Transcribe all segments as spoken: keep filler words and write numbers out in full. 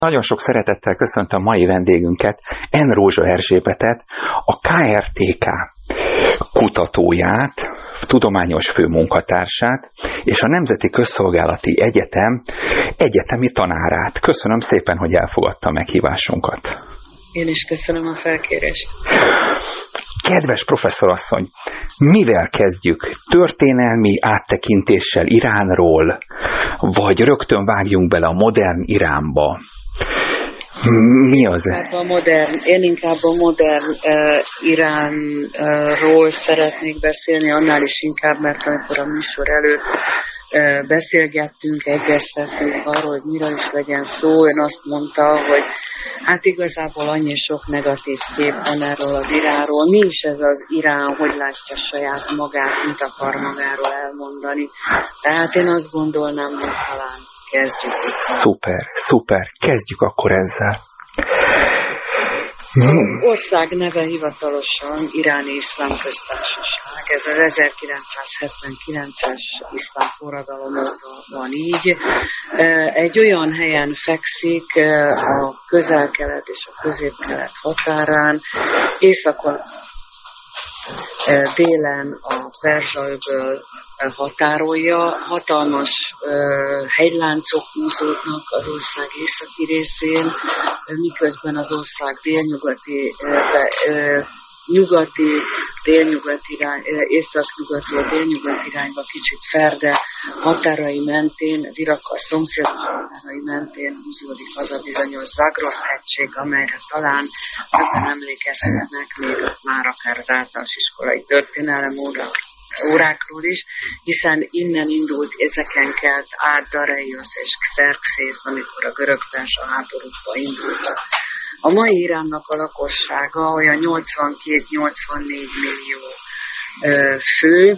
Nagyon sok szeretettel köszöntöm mai vendégünket, N. Rózsa Erzsébetet, a ká er té ká kutatóját, tudományos főmunkatársát és a Nemzeti Közszolgálati Egyetem egyetemi tanárát. Köszönöm szépen, hogy elfogadta a meghívásunkat. Én is köszönöm a felkérést. Kedves professzorasszony, mivel kezdjük? Történelmi áttekintéssel Iránról, vagy rögtön vágjunk bele a modern Iránba? Mi az? A modern, én inkább a modern uh, Iránról szeretnék beszélni, annál is inkább, mert amikor a műsor előtt uh, beszélgettünk, egyeztettünk arról, hogy miről is legyen szó, ön azt mondta, hogy hát igazából annyi sok negatív kép van erről az Iránról. Mi is ez az Irán, hogy látja saját magát, mit akar magáról elmondani. Tehát én azt gondolnám, hogy talán kezdjük. Szuper, szuper. Kezdjük akkor ezzel. Az ország neve hivatalosan Iráni Iszlám Köztársaság. Ez az ezerkilencszázhetvenkilences iszlám forradalom óta van így. Egy olyan helyen fekszik a közel-kelet és a közép-kelet határán, északon, délen a Perzsa-öböl határolja, hatalmas uh, hegyláncok húzódnak az ország északi részén, miközben az ország délnyugati, uh, uh, nyugati, délnyugati irány, uh, észak-nyugati, délnyugati irányba kicsit ferde határai mentén, az Irakkal szomszédos határai mentén húzódik az a bizonyos Zagros-hegység, amelyre talán többen emlékezhetnek még már akár az általános iskolai történelem óra órákról is, hiszen innen indult, ezeken kelt át Dareios és Xerxész, amikor a görög-perzsa háborúba indultak. A mai Iránnak a lakossága olyan nyolcvankét-nyolcvannégy millió ö, fő,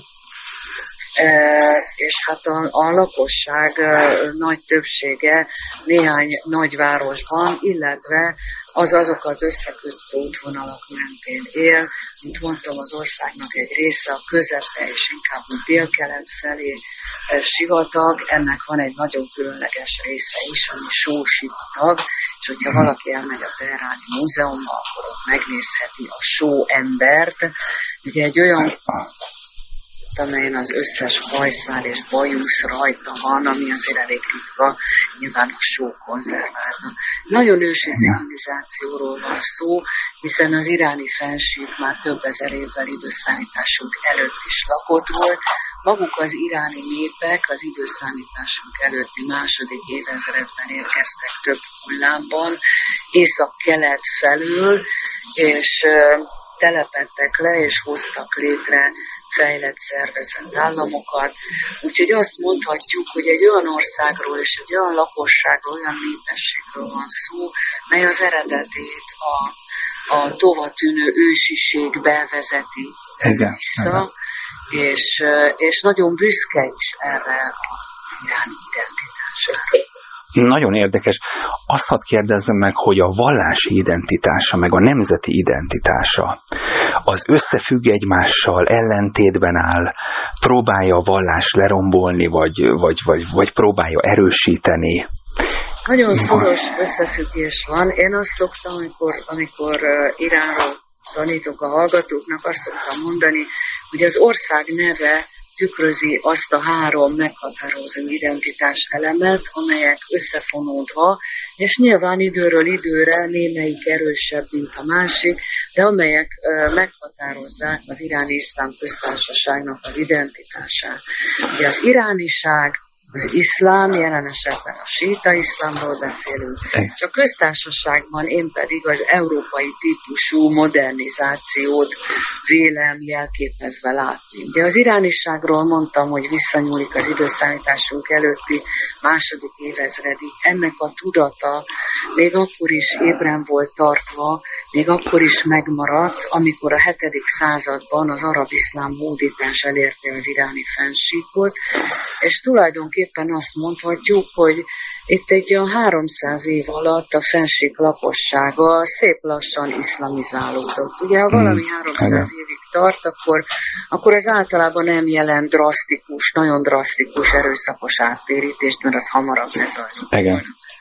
és hát a, a lakosság nagy többsége néhány nagyvárosban, illetve az azok az összekötő útvonalak mentén él. Mint mondtam, az országnak egy része a közepe és inkább a délkelet felé sivatag. Ennek van egy nagyon különleges része is, ami sósivatag, és hogyha valaki elmegy a Teheráni Múzeumba, akkor ott megnézheti a só embert. Ugye egy olyan amelyen az összes hajszál és bajusz rajta van, ami azért elég ritka, nyilván a só konzerválna. Nagyon ősi civilizációról van szó, hiszen az iráni fennsík már több ezer évvel időszámításunk előtt is lakott volt. Maguk az iráni népek az időszámításunk előtti második évezredben érkeztek több hullámban, észak-kelet felől, és telepedtek le, és hoztak létre fejlett szervezett államokat. Úgyhogy azt mondhatjuk, hogy egy olyan országról és egy olyan lakosságról, olyan népességről van szó, mely az eredetét a, a tovatűnő ősiségbe vezeti igen, vissza, igen. És, és nagyon büszke is erre a iráni identitására. Nagyon érdekes. Azt hadd kérdezzem meg, hogy a vallási identitása, meg a nemzeti identitása az összefügg egymással, ellentétben áll, próbálja a vallást lerombolni, vagy, vagy, vagy, vagy próbálja erősíteni? Nagyon szoros összefüggés van. Én azt szoktam, amikor, amikor Iránról tanítok a hallgatóknak, azt szoktam mondani, hogy az ország neve tükrözi azt a három meghatározó identitás elemet, amelyek összefonódva, és nyilván időről időre némelyik erősebb, mint a másik, de amelyek uh, meghatározzák az Iráni Iszlám Köztársaságnak az identitását. Ugye az irániság, az iszlám, jelen esetben a síta iszlámról beszélünk, és a köztársaságban én pedig az európai típusú modernizációt vélem jelképezve látni. Ugye az irániságról mondtam, hogy visszanyúlik az időszámításunk előtti második évezredig. Ennek a tudata még akkor is ébren volt tartva, még akkor is megmaradt, amikor a hetedik században az arab-iszlám hódítás elérte az iráni fennsíkot, és tulajdonképpen éppen azt mondhatjuk, hogy itt egy olyan háromszáz év alatt a fennsík lakossága szép lassan iszlamizálódott. Ugye, ha valami háromszáz évig tart, akkor, akkor ez általában nem jelent drasztikus, nagyon drasztikus, erőszakos áttérítést, mert az hamarabb lezajlik.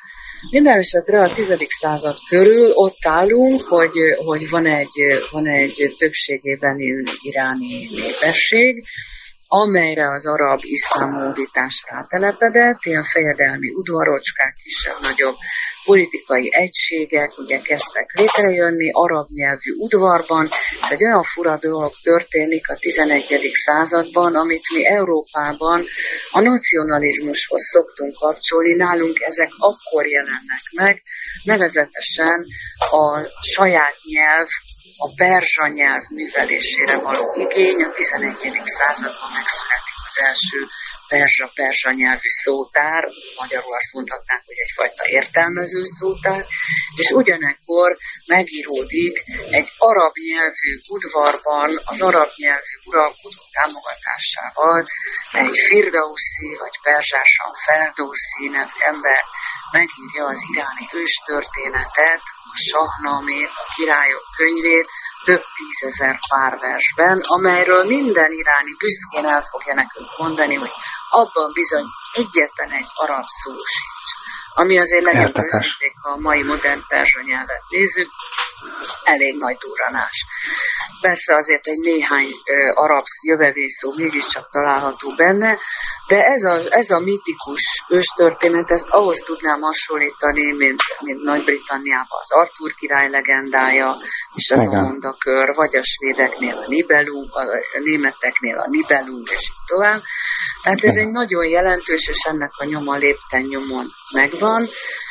Minden esetre a tizedik század körül ott állunk, hogy, hogy van, egy, van egy többségében iráni népesség, amelyre az arab iszlám módítás rátelepedett, ilyen fejedelmi udvarocskák, kisebb-nagyobb politikai egységek ugye kezdtek létrejönni arab nyelvű udvarban, és egy olyan fura dolog történik a tizenegyedik században, amit mi Európában a nacionalizmushoz szoktunk kapcsolni, nálunk ezek akkor jelennek meg, nevezetesen a saját nyelv, a perzsa nyelv művelésére való igény. A tizenegyedik században megszületik az első perzsa-perzsa nyelvű szótár, magyarul azt mondhatnánk, hogy egyfajta értelmező szótár, és ugyanekkor megíródik egy arab nyelvű udvarban, az arab nyelvű uralkodó támogatásával egy Firdauszi vagy perzsásan Ferdowsi nevű ember megírja az iráni őstörténetet, a Sahnamét, a királyok könyvét, több tízezer párversben, amelyről minden iráni büszkén el fogja nekünk mondani, hogy abban bizony egyetlen egy arab szó sincs. Ami azért legyünk őszinték, ha a mai modern perzsa nyelvet nézzük, elég nagy durranás. Persze azért egy néhány ö, arab jövevészó mégiscsak található benne, de ez a, ez a mitikus őstörténet, ezt ahhoz tudnám hasonlítani, mint, mint Nagy-Britanniában az Arthur király legendája, és az a mondakör, vagy a svédeknél a Nibelung, a németeknél a Nibelung, és így tovább. Tehát ez egy nagyon jelentős, és ennek a nyoma lépten nyomon megvan.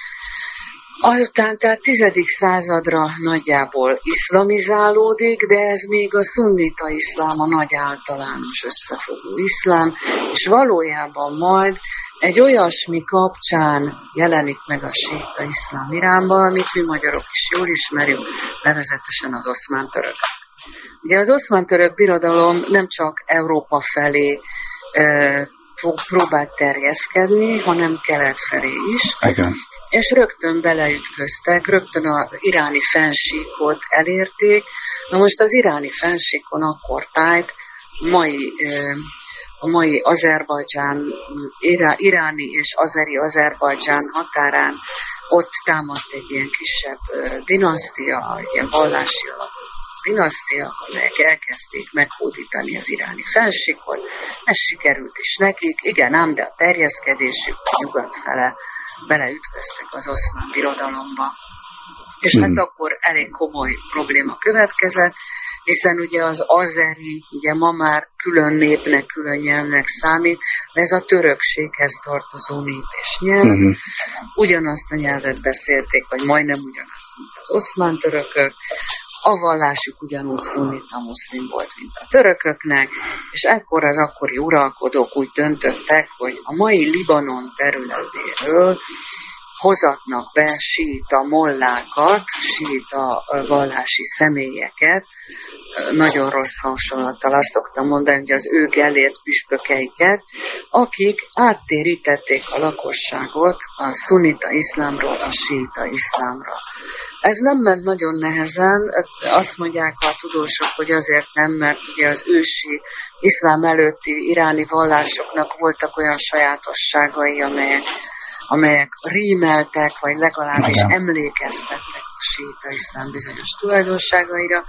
Azután tehát tizedik századra nagyjából iszlamizálódik, de ez még a szunnita iszlám, a nagy általános összefogó iszlám, és valójában majd egy olyasmi kapcsán jelenik meg a síita iszlám Iránban, amit mi magyarok is jól ismerünk, nevezetesen az oszmán török. Ugye az oszmán török birodalom nem csak Európa felé e, fog próbált terjeszkedni, hanem kelet felé is. Igen. És rögtön beleütköztek, rögtön az iráni fennsíkot elérték. Na most az iráni fennsíkon akkor tájt, mai, a mai Azerbajdzsán, iráni és azeri Azerbajdzsán határán ott támadt egy ilyen kisebb dinasztia, egy ilyen vallási alapú dinasztia, amelyek elkezdték meghódítani az iráni fennsíkot. Ez sikerült is nekik, igen ám, de a terjeszkedésük nyugat fele beleütköztek az oszmán birodalomba. És mm. hát akkor elég komoly probléma következett, hiszen ugye az azeri, ugye ma már külön népnek, külön nyelvnek számít, de ez a törökséghez tartozó nép és nyelv. Mm-hmm. Ugyanazt a nyelvet beszélték, vagy majdnem ugyanazt, mint az oszmán törökök. A vallásuk ugyanúgy szunnita muszlim volt, mint a törököknek, és ekkor az akkori uralkodók úgy döntöttek, hogy a mai Libanon területéről hozatnak be síita mollákat, síita vallási személyeket. Nagyon rossz hasonlattal azt szoktam mondani, hogy az ő gellért püspökeiket, akik áttérítették a lakosságot a szunnita iszlámról a síita iszlámra. Ez nem ment nagyon nehezen, azt mondják a tudósok, hogy azért nem, mert ugye az ősi iszlám előtti iráni vallásoknak voltak olyan sajátosságai, amelyek, amelyek rímeltek, vagy legalábbis Igen. emlékeztettek a síita iszlám bizonyos tulajdonságaira.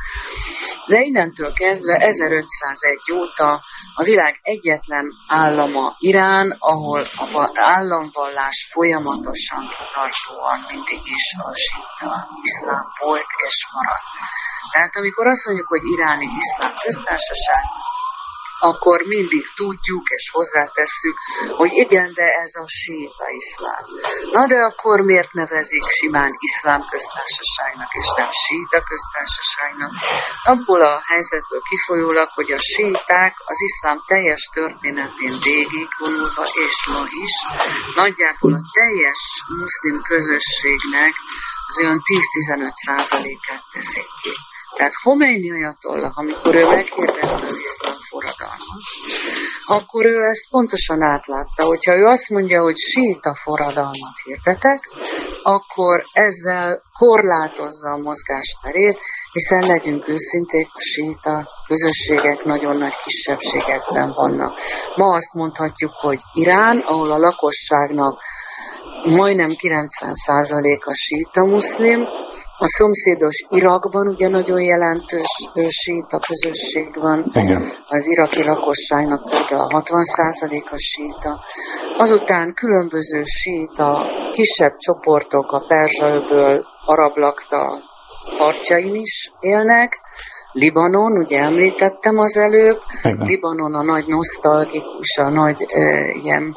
De innentől kezdve ezerötszázegy óta a világ egyetlen állama Irán, ahol az államvallás folyamatosan kitartóan mindig is a síita iszlám volt és maradt. Tehát amikor azt mondjuk, hogy iráni iszlám köztársaság, akkor mindig tudjuk és hozzátesszük, hogy igen, de ez a síita iszlám. Na de akkor miért nevezik simán iszlám köztársaságnak, és nem síita köztársaságnak? Abból a helyzetből kifolyólag, hogy a síiták az iszlám teljes történetén végig vonulva, és ma is, nagyjából a teljes muszlim közösségnek az olyan tíz-tizenöt százalékát teszik ki. Tehát Khomeini ajatollah, amikor ő meghirdette az iszlám forradalmat, akkor ő ezt pontosan átlátta, hogyha ő azt mondja, hogy síita forradalmat hirdetek, akkor ezzel korlátozza a mozgásterét, hiszen legyünk őszinték, a síita közösségek nagyon nagy kisebbségekben vannak. Ma azt mondhatjuk, hogy Irán, ahol a lakosságnak majdnem kilencven százalék a síita muszlim. A szomszédos Irakban ugye nagyon jelentős síita közösség van. Igen. Az iraki lakosságnak például hatvan százalék a síita. Azután különböző síita, kisebb csoportok a Perzsa-öböl, Arab-Lakta partjain is élnek. Libanon, ugye említettem az előbb, igen. Libanon a nagy nosztalgikus, a nagy e, ilyen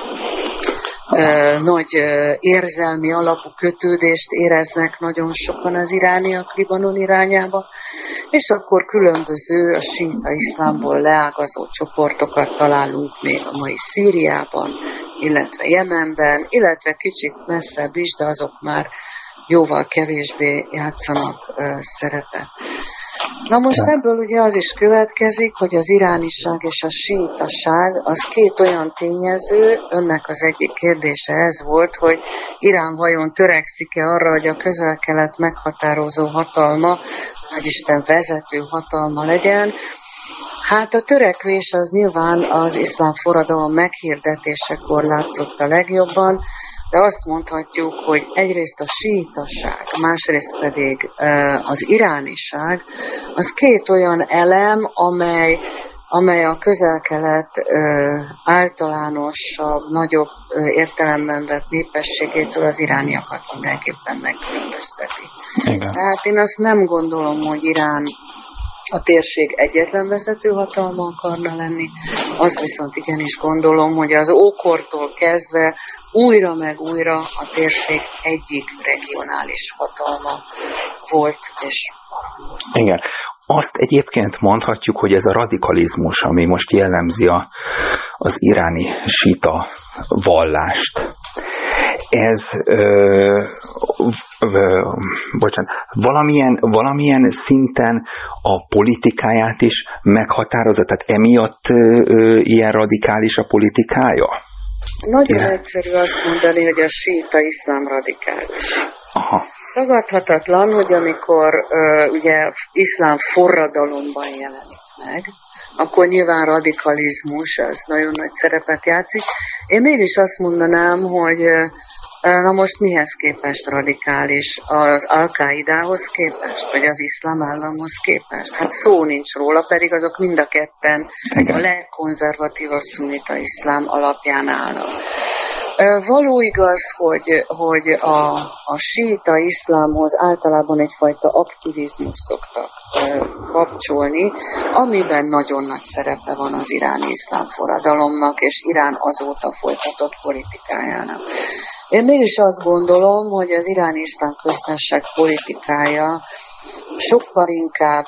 e, nagy e, érzelmi alapú kötődést éreznek nagyon sokan az irániak Libanon irányába, és akkor különböző a síita iszlámból leágazó csoportokat találunk még a mai Szíriában, illetve Jemenben, illetve kicsit messzebb is, de azok már jóval kevésbé játszanak uh, szerepet. Na most ebből ugye az is következik, hogy az irániság és a síitaság az két olyan tényező, önnek az egyik kérdése ez volt, hogy Irán vajon törekszik-e arra, hogy a Közel-Kelet meghatározó hatalma, nagyisten vezető hatalma legyen. Hát a törekvés az nyilván az iszlám forradalom meghirdetésekor látszott a legjobban, de azt mondhatjuk, hogy egyrészt a síitaság, másrészt pedig az irániság, az két olyan elem, amely, amely a Közel-Kelet általánosabb, nagyobb értelemben vett népességétől az irániakat mindenképpen megkülönbözteti. Igen. Tehát én azt nem gondolom, hogy Irán a térség egyetlen vezető hatalma akarna lenni, azt viszont igenis gondolom, hogy az ókortól kezdve újra meg újra a térség egyik regionális hatalma volt és marad. Igen. Azt egyébként mondhatjuk, hogy ez a radikalizmus, ami most jellemzi a, az iráni síita vallást, ez ö, ö, bocsánat, valamilyen, valamilyen szinten a politikáját is meghatározza, tehát emiatt ö, ö, ilyen radikális a politikája? Nagyon Én... egyszerű azt mondani, hogy a síita iszlám radikális. Aha. Tagadhatatlan, hogy amikor ö, ugye iszlám forradalomban jelenik meg, akkor nyilván radikalizmus, ez nagyon nagy szerepet játszik. Én mégis azt mondanám, hogy na most mihez képest radikális? Az Al-Qaidához képest, vagy az iszlám államhoz képest? Hát szó nincs róla, pedig azok mind a ketten igen. a legkonzervatívabb szunita iszlám alapján állnak. Való igaz, hogy, hogy a, a síita iszlámhoz általában egyfajta aktivizmus szoktak kapcsolni, amiben nagyon nagy szerepe van az iráni iszlám forradalomnak, és Irán azóta folytatott politikájának. Én mégis azt gondolom, hogy az iráni iszlám köztársaság politikája sokkal inkább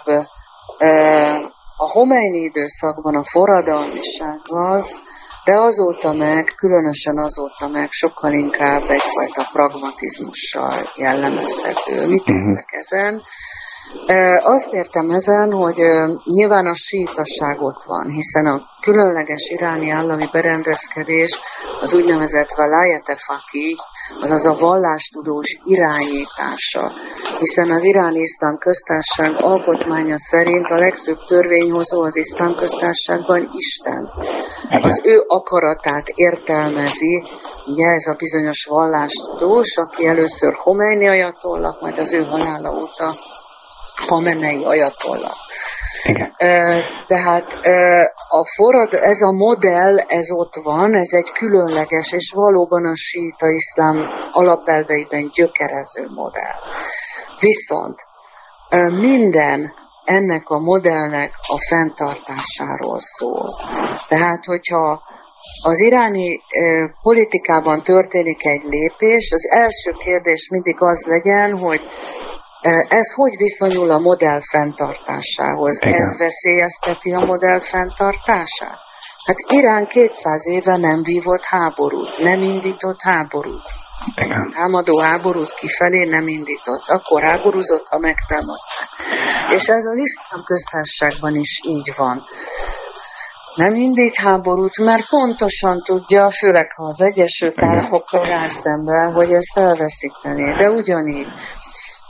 a Homeini időszakban a forradalmisággal, de azóta meg, különösen azóta meg sokkal inkább egyfajta pragmatizmussal jellemezhető. Mit értek ezen? Azt értem ezen, hogy nyilván a síitaság ott van, hiszen a különleges iráni állami berendezkedés az úgynevezett velayet-e faqih, azaz a vallástudós irányítása, hiszen az iráni iszlám köztársaság alkotmánya szerint a legfőbb törvényhozó az iszlám köztársaságban Isten. Az ő akaratát értelmezi, ugye ez a bizonyos vallástudós, aki először Homeini ajatollah, majd az ő halála óta Hamenei ajatollah. Igen. Tehát a forrad, ez a modell, ez ott van, ez egy különleges, és valóban a síita iszlám alapelveiben gyökerező modell. Viszont minden ennek a modellnek a fenntartásáról szól. Tehát, hogyha az iráni eh, politikában történik egy lépés, az első kérdés mindig az legyen, hogy eh, ez hogy viszonyul a modell fenntartásához? Igen. Ez veszélyezteti a modell fenntartását? Hát Irán kétszáz éve nem vívott háborút, nem indított háborút. Igen. Támadó háborút kifelé nem indított. Akkor háborúzott, ha megtámadták. És ez az iszlám köztársaságban is így van. Nem indít háborút, mert pontosan tudja, főleg ha az Egyesült Államokkal áll szemben, hogy ezt elveszíteni. De ugyanígy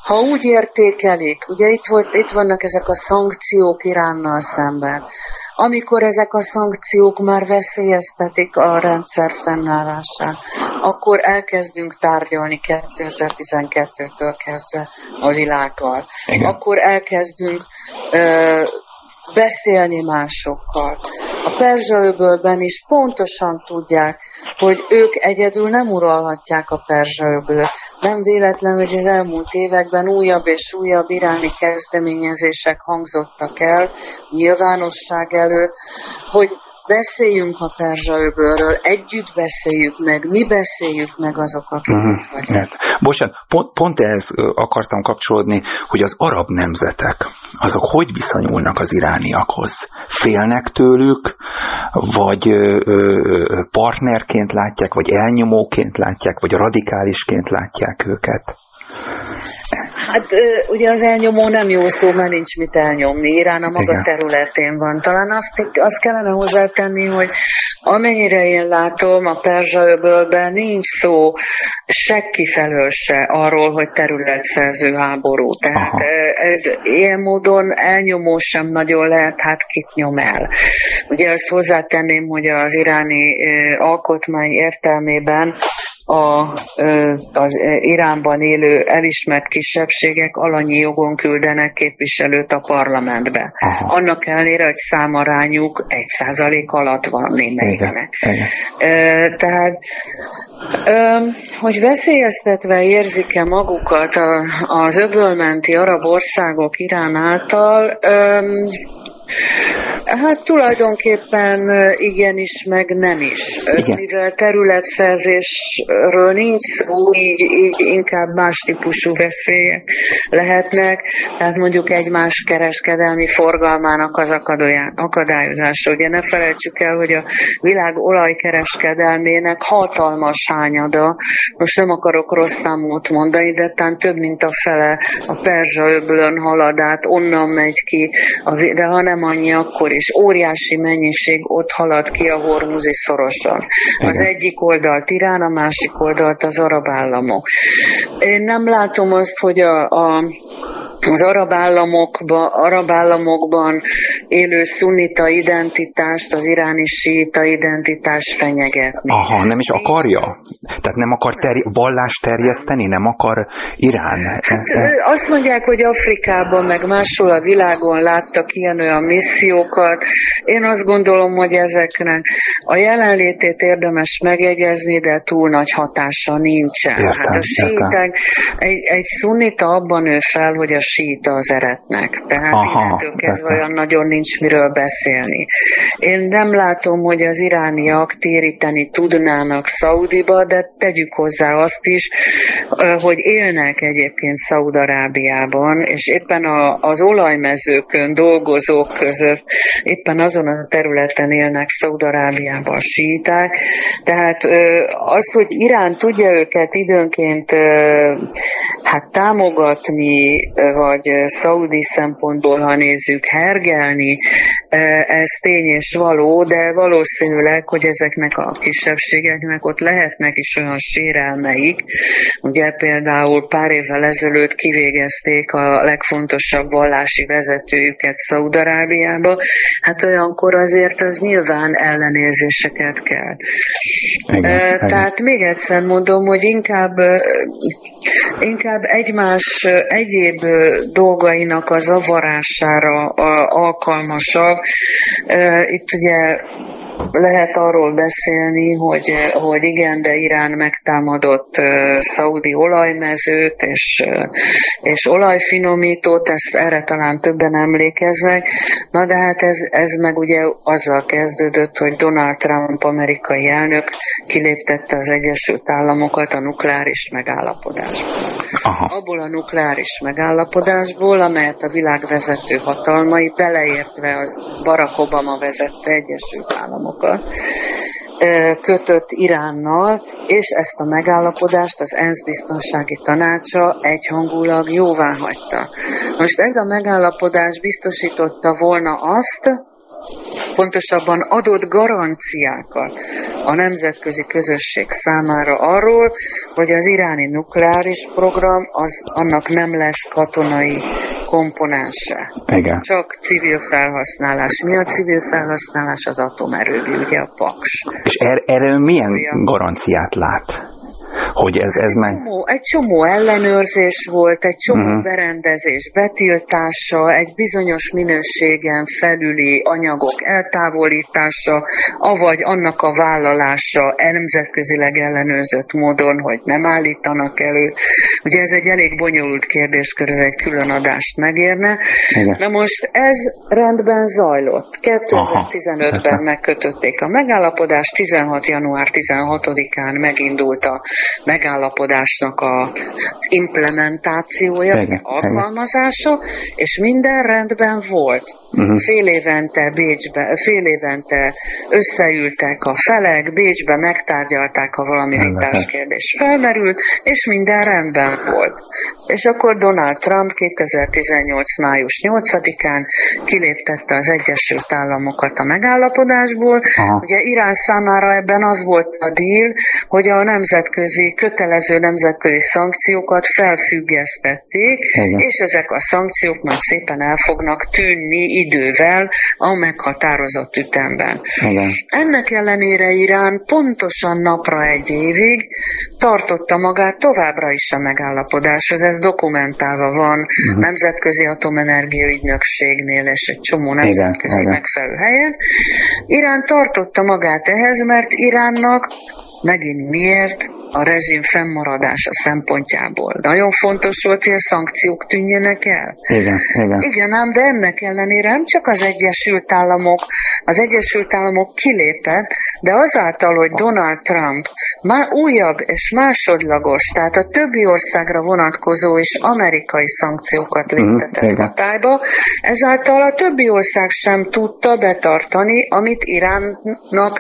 Ha úgy értékelik, ugye itt, volt, itt vannak ezek a szankciók Iránnal szemben, amikor ezek a szankciók már veszélyeztetik a rendszer fennállását, akkor elkezdünk tárgyalni kétezer-tizenkettőtől kezdve a világgal. Igen. Akkor elkezdünk ö, beszélni másokkal. A Perzsa-öbölben is pontosan tudják, hogy ők egyedül nem uralhatják a Perzsa-öbölt. Nem véletlen, hogy az elmúlt években újabb és újabb iráni kezdeményezések hangzottak el nyilvánosság előtt, hogy beszéljünk a Perzsa-öbölről, együtt beszéljük meg, mi beszéljük meg azok, akik uh-huh. vagyunk. Bocsánat, pont, pont ehhez akartam kapcsolódni, hogy az arab nemzetek, azok hogy viszonyulnak az irániakhoz? Félnek tőlük, vagy ö, ö, partnerként látják, vagy elnyomóként látják, vagy radikálisként látják őket? Hát ugye az elnyomó nem jó szó, mert nincs mit elnyomni. Irán a maga Igen. területén van. Talán azt, azt kellene hozzátenni, hogy amennyire én látom, a Perzsa-öbölben nincs szó senki felől se arról, hogy területszerző háború. Tehát Aha. ez ilyen módon elnyomó sem nagyon lehet, hát kit nyom el. Ugye azt hozzátenném, hogy az iráni alkotmány értelmében A, az Iránban élő elismert kisebbségek alanyi jogon küldenek képviselőt a parlamentbe. Aha. Annak ellenére, hogy számarányuk egy százalék alatt van némelyiknek. Tehát, hogy veszélyeztetve érzik-e magukat az öbölmenti arab országok Irán által, hát tulajdonképpen igenis, meg nem is. Igen. Mivel területszerzésről nincs szó, így, így inkább más típusú veszélyek lehetnek, tehát mondjuk egymás kereskedelmi forgalmának az akadályozása. Ugye ne felejtsük el, hogy a világ olajkereskedelmének hatalmas hányada, most nem akarok rossz számot mondani, de talán több mint a fele a Perzsa-öbölön halad át, onnan megy ki, de ha nem annyi, akkor is óriási mennyiség ott halad ki a hormuzi szoroson. Az egyik oldalt Irán, a másik oldalt az arab államok. Én nem látom azt, hogy a, a az arab államokban, arab államokban élő szunnita identitást, az iráni síita identitást fenyegetni. Aha, nem is akarja? Tehát nem akar terj- vallást terjeszteni? Nem akar Irán? Hát, azt mondják, hogy Afrikában, meg máshol a világon láttak ilyen-olyan missziókat. Én azt gondolom, hogy ezeknek a jelenlétét érdemes megjegyezni, de túl nagy hatása nincsen. Értem, hát a síitek, egy, egy szunnita abban nő fel, hogy a síita az eretnek. Tehát innentől kezdve olyan nagyon nincs miről beszélni. Én nem látom, hogy az irániak téríteni tudnának Szaudiba, de tegyük hozzá azt is, hogy élnek egyébként Szaúd-Arábiában, és éppen a, az olajmezőkön dolgozók között, éppen azon a területen élnek Szaúd-Arábiában a síiták. Tehát az, hogy Irán tudja őket időnként hát támogatni, vagy szaudi szempontból, ha nézzük, hergelni, ez tény és való, de valószínűleg, hogy ezeknek a kisebbségeknek ott lehetnek is olyan sérelmeik. Ugye például pár évvel ezelőtt kivégezték a legfontosabb vallási vezetőjüket Szaúd-Arábiába, hát olyankor azért az nyilván ellenérzéseket kell. Igen, Tehát igen. még egyszer mondom, hogy inkább inkább egymás egyéb dolgainak a zavarására alkalmasak. Itt ugye lehet arról beszélni, hogy, hogy igen, de Irán megtámadott uh, szaudi olajmezőt és, uh, és olajfinomítót, ezt erre talán többen emlékeznek. Na de hát ez, ez meg ugye azzal kezdődött, hogy Donald Trump amerikai elnök kiléptette az Egyesült Államokat a nukleáris megállapodásból. Aha. Abból a nukleáris megállapodásból, amelyet a világ vezető hatalmai, beleértve az Barack Obama vezette Egyesült Államokat, kötött Iránnal, és ezt a megállapodást az ENSZ biztonsági tanácsa egyhangulag jóvá hagyta. Most ez a megállapodás biztosította volna azt, pontosabban adott garanciákat a nemzetközi közösség számára arról, hogy az iráni nukleáris program az annak nem lesz katonai komponense. Igen. Csak civil felhasználás. Mi a civil felhasználás? Az atomerőmű, ugye a Paks. És er, erről milyen olyan garanciát lát? Hogy ez, ez egy, meg... csomó, egy csomó ellenőrzés volt, egy csomó uh-huh. berendezés betiltása, egy bizonyos minőségen felüli anyagok eltávolítása, avagy annak a vállalása nemzetközileg ellenőrzött módon, hogy nem állítanak elő. Ugye ez egy elég bonyolult kérdéskör, egy külön adást megérne. Igen. Na most ez rendben zajlott. kétezer-tizenötben Aha. megkötötték a megállapodást, tizenhat január tizenhatodikán megindult a megállapodásnak az implementációja, igen, alkalmazása, igen. és minden rendben volt. Uh-huh. Fél évente Bécsbe, fél évente összeültek a felek, Bécsbe megtárgyalták, ha valami vitás kérdés felmerült, és minden rendben volt. És akkor Donald Trump kétezer-tizennyolc május nyolcadikán kiléptette az Egyesült Államokat a megállapodásból. Aha. Ugye Irán számára ebben az volt a deal, hogy a nemzetközi, kötelező nemzetközi szankciókat felfüggesztették, igen. és ezek a szankciók majd szépen el fognak tűnni idővel a meghatározott ütemben. Igen. Ennek ellenére Irán pontosan napra egy évig tartotta magát továbbra is a megállapodáshoz. Ez dokumentálva van uh-huh. Nemzetközi Atomenergia Ügynökségnél és egy csomó nemzetközi igen, megfelelő helyen. Irán tartotta magát ehhez, mert Iránnak megint miért? A rezsim fennmaradása szempontjából. Nagyon fontos volt, hogy a szankciók tűnjenek el. Igen, igen. Igen ám, de ennek ellenére nem csak az Egyesült Államok, az Egyesült Államok kilépett, de azáltal, hogy Donald Trump már újabb és másodlagos, tehát a többi országra vonatkozó és amerikai szankciókat léptetett mm, hatályba, ezáltal a többi ország sem tudta betartani, amit Iránnak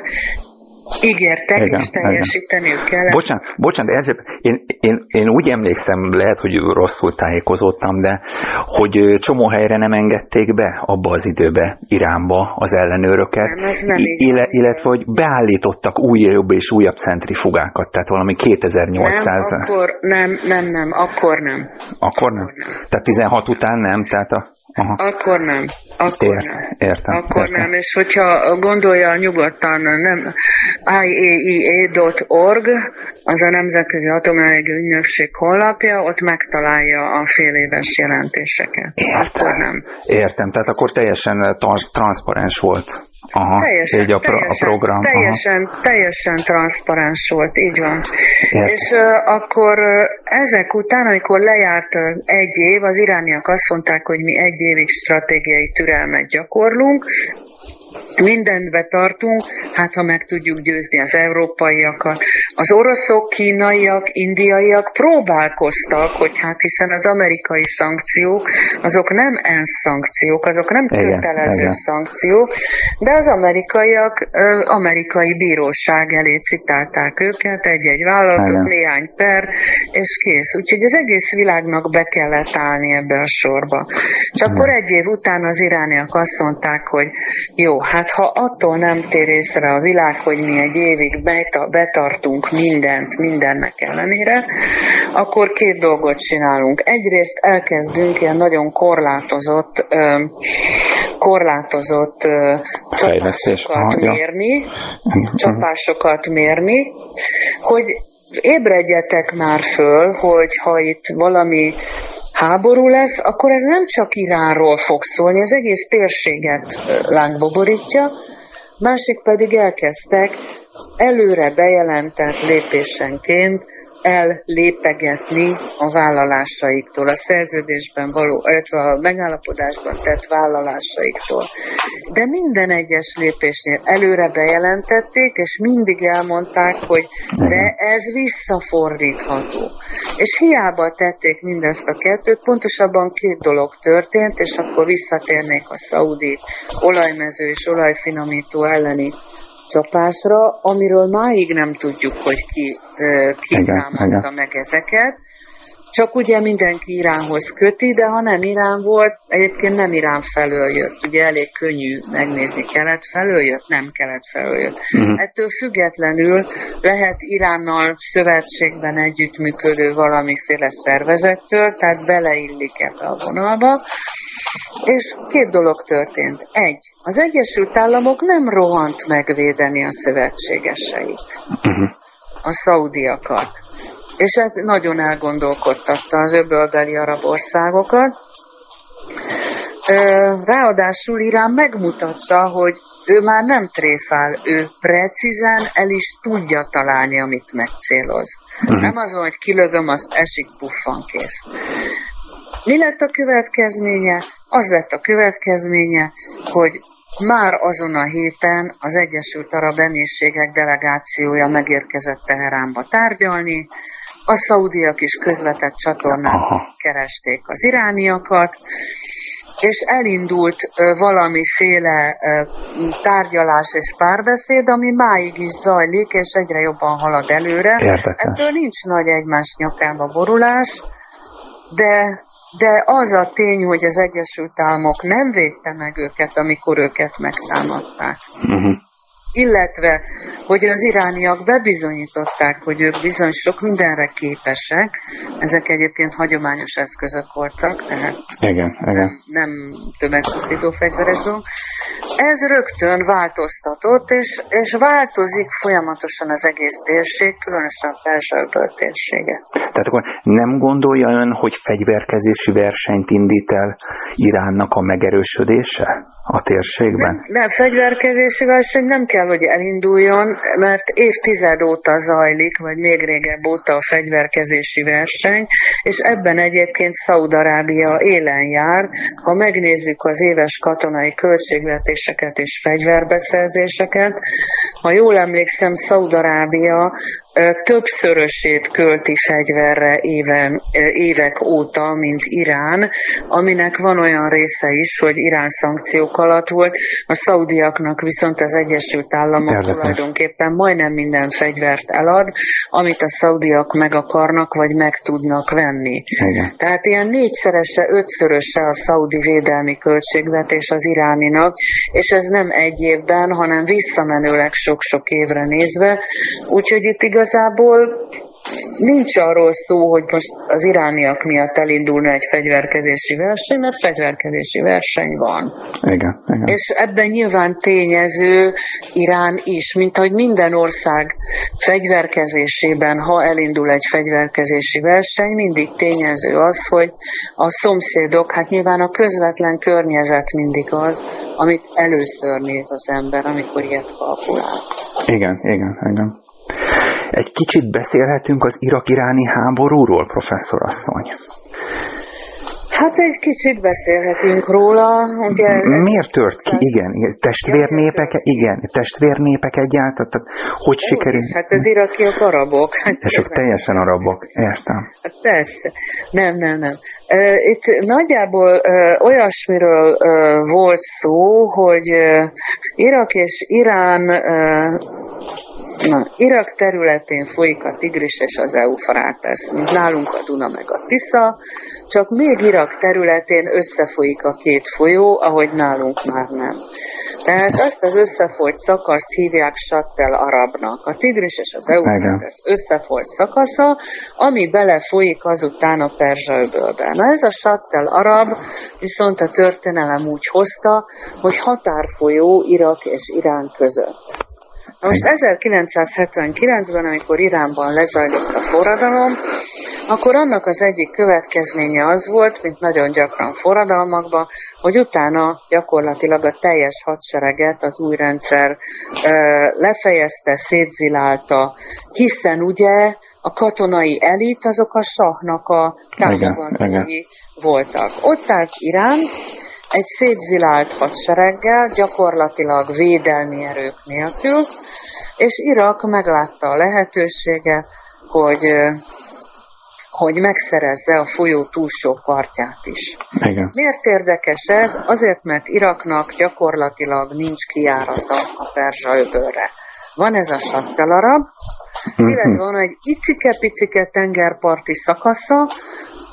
ígértek, igen, és teljesíteniük kellett. Bocsánat, bocsánat Erzsébet, én, én, én úgy emlékszem, lehet, hogy rosszul tájékozottam, de hogy csomó helyre nem engedték be abba az időbe Iránba az ellenőröket, nem, ez nem I- illetve, hogy beállítottak újabb és újabb centrifugákat, tehát valami kétezer-nyolcszáz. Nem, akkor nem, nem, nem, akkor nem. Akkor nem? Akkor nem. Tehát tizenhat után nem? Tehát a Aha. Akkor nem. Akkor Ért, nem. Értem. Akkor értem. nem, és hogyha gondolja nyugodtan, nem, i a e a dot org, az a Nemzetközi Atomenergia Ügynökség honlapja, ott megtalálja a fél éves jelentéseket. Értem. Akkor nem. Értem, tehát akkor teljesen transzparens volt. Aha, teljesen, így a, pro, teljesen, a program. Teljesen, teljesen transzparens volt, így van. Értem. És uh, akkor uh, ezek után, amikor lejárt uh, egy év, az irániak azt mondták, hogy mi egy évig stratégiai türelmet gyakorlunk, mindent betartunk, hát ha meg tudjuk győzni az európaiakat. Az oroszok, kínaiak, indiaiak próbálkoztak, hogy hát hiszen az amerikai szankciók, azok nem ENSZ szankciók, azok nem igen, kötelező igen. szankciók, de az amerikaiak amerikai bíróság elé citálták őket, egy-egy vállalatot, néhány per, és kész. Úgyhogy az egész világnak be kellett állni ebbe a sorba. És akkor egy év után az irániak azt mondták, hogy jó, hát ha attól nem tér észre a világ, hogy mi egy évig betartunk mindent, mindennek ellenére, akkor két dolgot csinálunk. Egyrészt elkezdünk ilyen nagyon korlátozott, korlátozott csapásokat mérni, csapásokat mérni, hogy ébredjetek már föl, hogy ha itt valami háború lesz, akkor ez nem csak Iránról fog szólni, az egész térséget lángba borítja, másik pedig elkezdtek előre bejelentett lépésenként ellépegetni a vállalásaiktól, a szerződésben való, illetve a megállapodásban tett vállalásaiktól. De minden egyes lépésnél előre bejelentették, és mindig elmondták, hogy de ez visszafordítható. És hiába tették mindezt a kettőt, pontosabban két dolog történt, és akkor visszatérnék a szaudi olajmező és olajfinomító elleni csapásra, amiről máig nem tudjuk, hogy ki, ki támadta meg ezeket. csak ugye mindenki Iránhoz köti, de ha nem Irán volt, egyébként nem Irán felől jött. Ugye elég könnyű megnézni, kelet felől jött, nem kelet felől jött. Uh-huh. Ettől függetlenül lehet Iránnal szövetségben együttműködő valamiféle szervezettől, tehát beleillik ebbe a vonalba. És két dolog történt. Egy, az Egyesült Államok nem rohant megvédeni a szövetségeseit, uh-huh. a szaudiakat. És ez nagyon elgondolkodtatta az öbölbeli arab országokat. Ráadásul Irán megmutatta, hogy ő már nem tréfál, ő precízen el is tudja találni, amit megcéloz. Uh-huh. Nem az, hogy kilövöm, azt esik, puffan, kész. Mi lett a következménye? Az lett a következménye, hogy már azon a héten az Egyesült Arab Emírségek delegációja megérkezett Teheránba tárgyalni, a szaudiak is közvetett csatornán keresték az irániakat, és elindult uh, valamiféle uh, tárgyalás és párbeszéd, ami máig is zajlik, és egyre jobban halad előre. Érdekes. Ebből nincs nagy egymás nyakába borulás, de, de az a tény, hogy az Egyesült Államok nem védte meg őket, amikor őket megtámadták. Uh-huh. Illetve, hogy az irániak bebizonyították, hogy ők bizony sok mindenre képesek, ezek egyébként hagyományos eszközök voltak, tehát igen, igen. nem, nem tömegpusztító fegyveres dolog. Ez rögtön változtatott, és, és változik folyamatosan az egész térség, különösen a Perzsa-öböl térsége. Tehát akkor nem gondolja ön, hogy fegyverkezési versenyt indít el Iránnak a megerősödése a térségben? Nem, nem, fegyverkezési verseny nem kell, hogy elinduljon, mert évtized óta zajlik, vagy még régebb óta a fegyverkezési verseny, és ebben egyébként Szaúd-Arábia élen jár. Ha megnézzük az éves katonai költségvetéseket és fegyverbeszerzéseket, ha jól emlékszem, Szaúd-Arábia többszörösét költi fegyverre éven, évek óta, mint Irán, aminek van olyan része is, hogy Irán szankciók alatt volt, a szaudiaknak viszont az Egyesült Államok Érdekes. Tulajdonképpen majdnem minden fegyvert elad, amit a szaudiak meg akarnak, vagy meg tudnak venni. Igen. Tehát ilyen négyszerese, ötszöröse a szaudi védelmi költségvetés az iráninak, és ez nem egy évben, hanem visszamenőleg sok-sok évre nézve, úgyhogy itt igaz Igazából nincs arról szó, hogy most az irániak miatt elindulna egy fegyverkezési verseny, mert fegyverkezési verseny van. Igen, igen. És ebben nyilván tényező Irán is, mint ahogy minden ország fegyverkezésében, ha elindul egy fegyverkezési verseny, mindig tényező az, hogy a szomszédok, hát nyilván a közvetlen környezet mindig az, amit először néz az ember, amikor ilyet kalkulál. Igen, igen, igen. Egy kicsit beszélhetünk az irak-iráni háborúról, professzor asszony? Hát egy kicsit beszélhetünk róla. Ugye Miért tört ki? Igen, testvérnépek, igen, testvérnépek egyáltalán, tehát hogy Ó, sikerült? Hát az irakiak arabok. És ők teljesen arabok, értem. Hát persze, nem, nem, nem. Itt nagyjából olyasmiről volt szó, hogy Irak és Irán Na, Irak területén folyik a Tigris és az Eufrátesz, mint nálunk a Duna meg a Tisza, csak még Irak területén összefolyik a két folyó, ahogy nálunk már nem. Tehát azt az összefolyt szakaszt hívják Shatt el-Arabnak. A Tigris és az Eufrátesz összefolyt szakasza, ami belefolyik azután a Perzsa-öbölbe. Na ez a Shatt el-Arab viszont a történelem úgy hozta, hogy határfolyó Irak és Irán között. Most ezerkilencszázhetvenkilencben, amikor Iránban lezajlott a forradalom, akkor annak az egyik következménye az volt, mint nagyon gyakran forradalmakban, hogy utána gyakorlatilag a teljes hadsereget az új rendszer ö, lefejezte, szétzilálta, hiszen ugye a katonai elit azok a sahnak a támogatói voltak. Ott állt Irán, egy szétzilált hadsereggel, gyakorlatilag védelmi erők nélkül, és Irak meglátta a lehetőséget, hogy, hogy megszerezze a folyó túlsó partját is. Igen. Miért érdekes ez? Azért, mert Iraknak gyakorlatilag nincs kijárata a Perzsa-öbölre. Van ez a Shatt el-Arab, illetve van egy icike-picike tengerparti szakasza,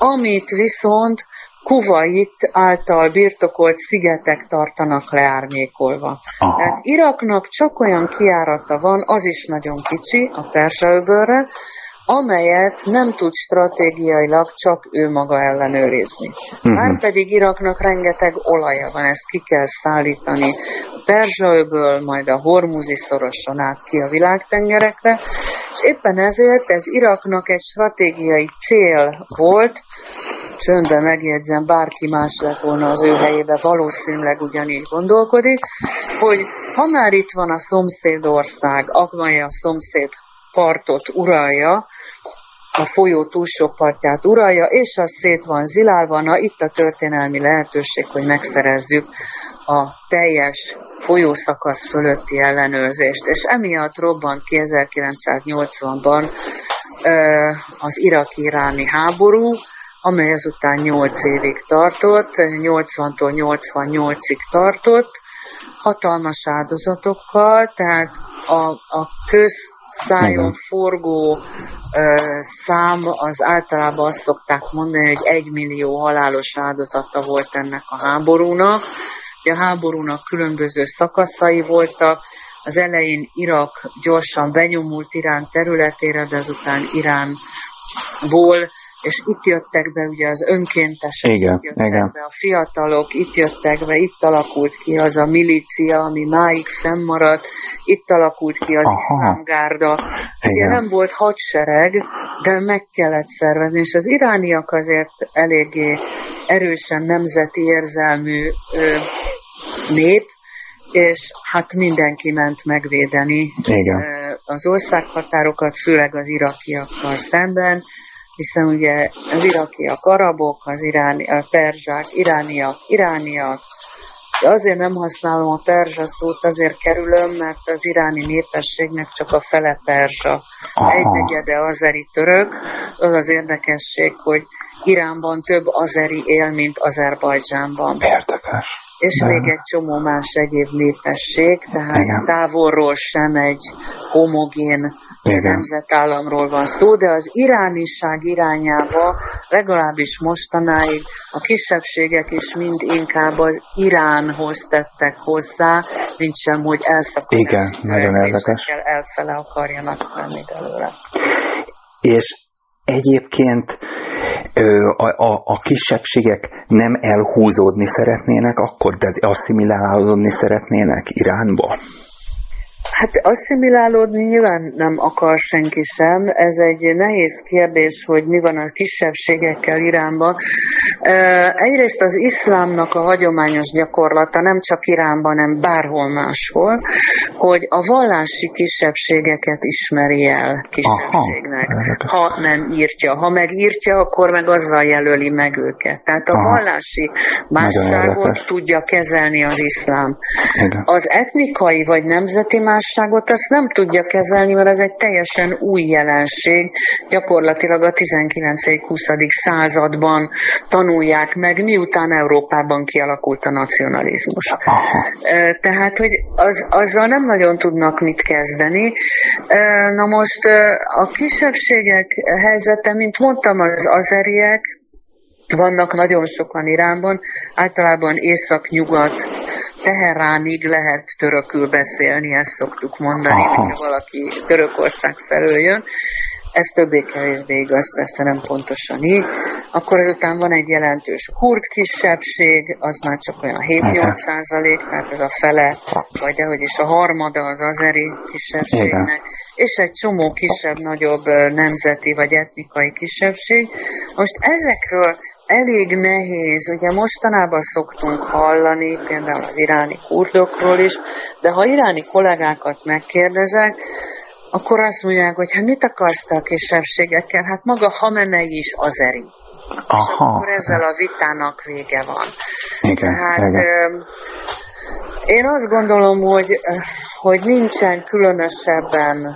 amit viszont Kuvait által birtokolt szigetek tartanak leárnyékolva. Aha. Tehát Iraknak csak olyan kijárata van, az is nagyon kicsi, a Perzsa-öbölre, amelyet nem tud stratégiailag csak ő maga ellenőrizni. Uh-huh. Márpedig Iraknak rengeteg olaja van, ezt ki kell szállítani a Perzsa-öböl, majd a Hormuzi szoroson át ki a világtengerekre, és éppen ezért ez Iraknak egy stratégiai cél volt, csöndben megjegyzem, bárki más lett volna az ő helyébe, valószínűleg ugyanígy gondolkodik, hogy ha már itt van a szomszédország, amely a szomszéd partot uralja, a folyó túlsó partját uralja, és az szét van zilálva, na itt a történelmi lehetőség, hogy megszerezzük a teljes folyószakasz fölötti ellenőrzést. És emiatt robbant ki ezerkilencszáznyolcvanban az iraki-iráni háború, amely ezután nyolc évig tartott, nyolcvantól nyolcvannyolcig tartott, hatalmas áldozatokkal, tehát a, a közszájon forgó ö, szám az általában azt szokták mondani, hogy egymillió halálos áldozata volt ennek a háborúnak. A háborúnak különböző szakaszai voltak, az elején Irak gyorsan benyomult Irán területére, de azután Iránból, és itt jöttek be ugye az önkéntesek, igen, itt jöttek igen. be a fiatalok, itt jöttek be, itt alakult ki az a milícia, ami máig fennmaradt, itt alakult ki az iszlámgárda. Ugye nem volt hadsereg, de meg kellett szervezni, és az irániak azért eléggé erősen nemzeti érzelmű ö, nép, és hát mindenki ment megvédeni igen. az országhatárokat, főleg az irakiakkal szemben, hiszen ugye az irakiak arabok, az iráni, a perzsák, irániak, irániak. De azért nem használom a perzsa szót, azért kerülöm, mert az iráni népességnek csak a fele perzsa. Egynegyede azeri török. Az az érdekesség, hogy Iránban több azeri él, mint Azerbajdzsánban. Érdekes. És de... még egy csomó más egyéb népesség, tehát igen. távolról sem egy homogén igen. nemzetállamról van szó, de az irániság irányába legalábbis mostanáig a kisebbségek is mind inkább az Iránhoz tettek hozzá, mint sem, hogy elszakadási törekvésekkel elfele akarjanak menni belőle. És egyébként A, a, a kisebbségek nem elhúzódni szeretnének, akkor de asszimilálódni szeretnének Iránba? Hát asszimilálódni nyilván nem akar senki sem. Ez egy nehéz kérdés, hogy mi van a kisebbségekkel Iránban. Egyrészt az iszlámnak a hagyományos gyakorlata nem csak Iránban, hanem bárhol máshol, hogy a vallási kisebbségeket ismeri el kisebbségnek, aha, ha nem írtja. Ha megírtja, akkor meg azzal jelöli meg őket. Tehát a aha. vallási másságot tudja kezelni az iszlám. Igen. Az etnikai vagy nemzeti másságot azt nem tudja kezelni, mert ez egy teljesen új jelenség. Gyakorlatilag a tizenkilencedik-huszadik században tanulják meg, miután Európában kialakult a nacionalizmus. Aha. Tehát, hogy az, azzal nem nagyon tudnak mit kezdeni. Na most a kisebbségek helyzete, mint mondtam, az azeriek, vannak nagyon sokan Iránban, általában észak-nyugat, Teheránig lehet törökül beszélni, ezt szoktuk mondani, aha. hogyha valaki Törökország felől jön. Ez többé-kevésbé igaz, persze nem pontosan így. Akkor azután van egy jelentős kurd kisebbség, az már csak olyan hét-nyolc százalék, tehát ez a fele, vagy dehogy is a harmada az azeri kisebbségnek, és egy csomó kisebb-nagyobb nemzeti vagy etnikai kisebbség. Most ezekről elég nehéz, ugye mostanában szoktunk hallani, például az iráni kurdokról is, de ha iráni kollégákat megkérdezek, akkor azt mondják, hogy hát mit akarsz te a kisebbségekkel? Hát maga Hamenei is azeri. Aha. És akkor ezzel a vitának vége van. Igen, hát igen. Én azt gondolom, hogy, hogy nincsen különösebben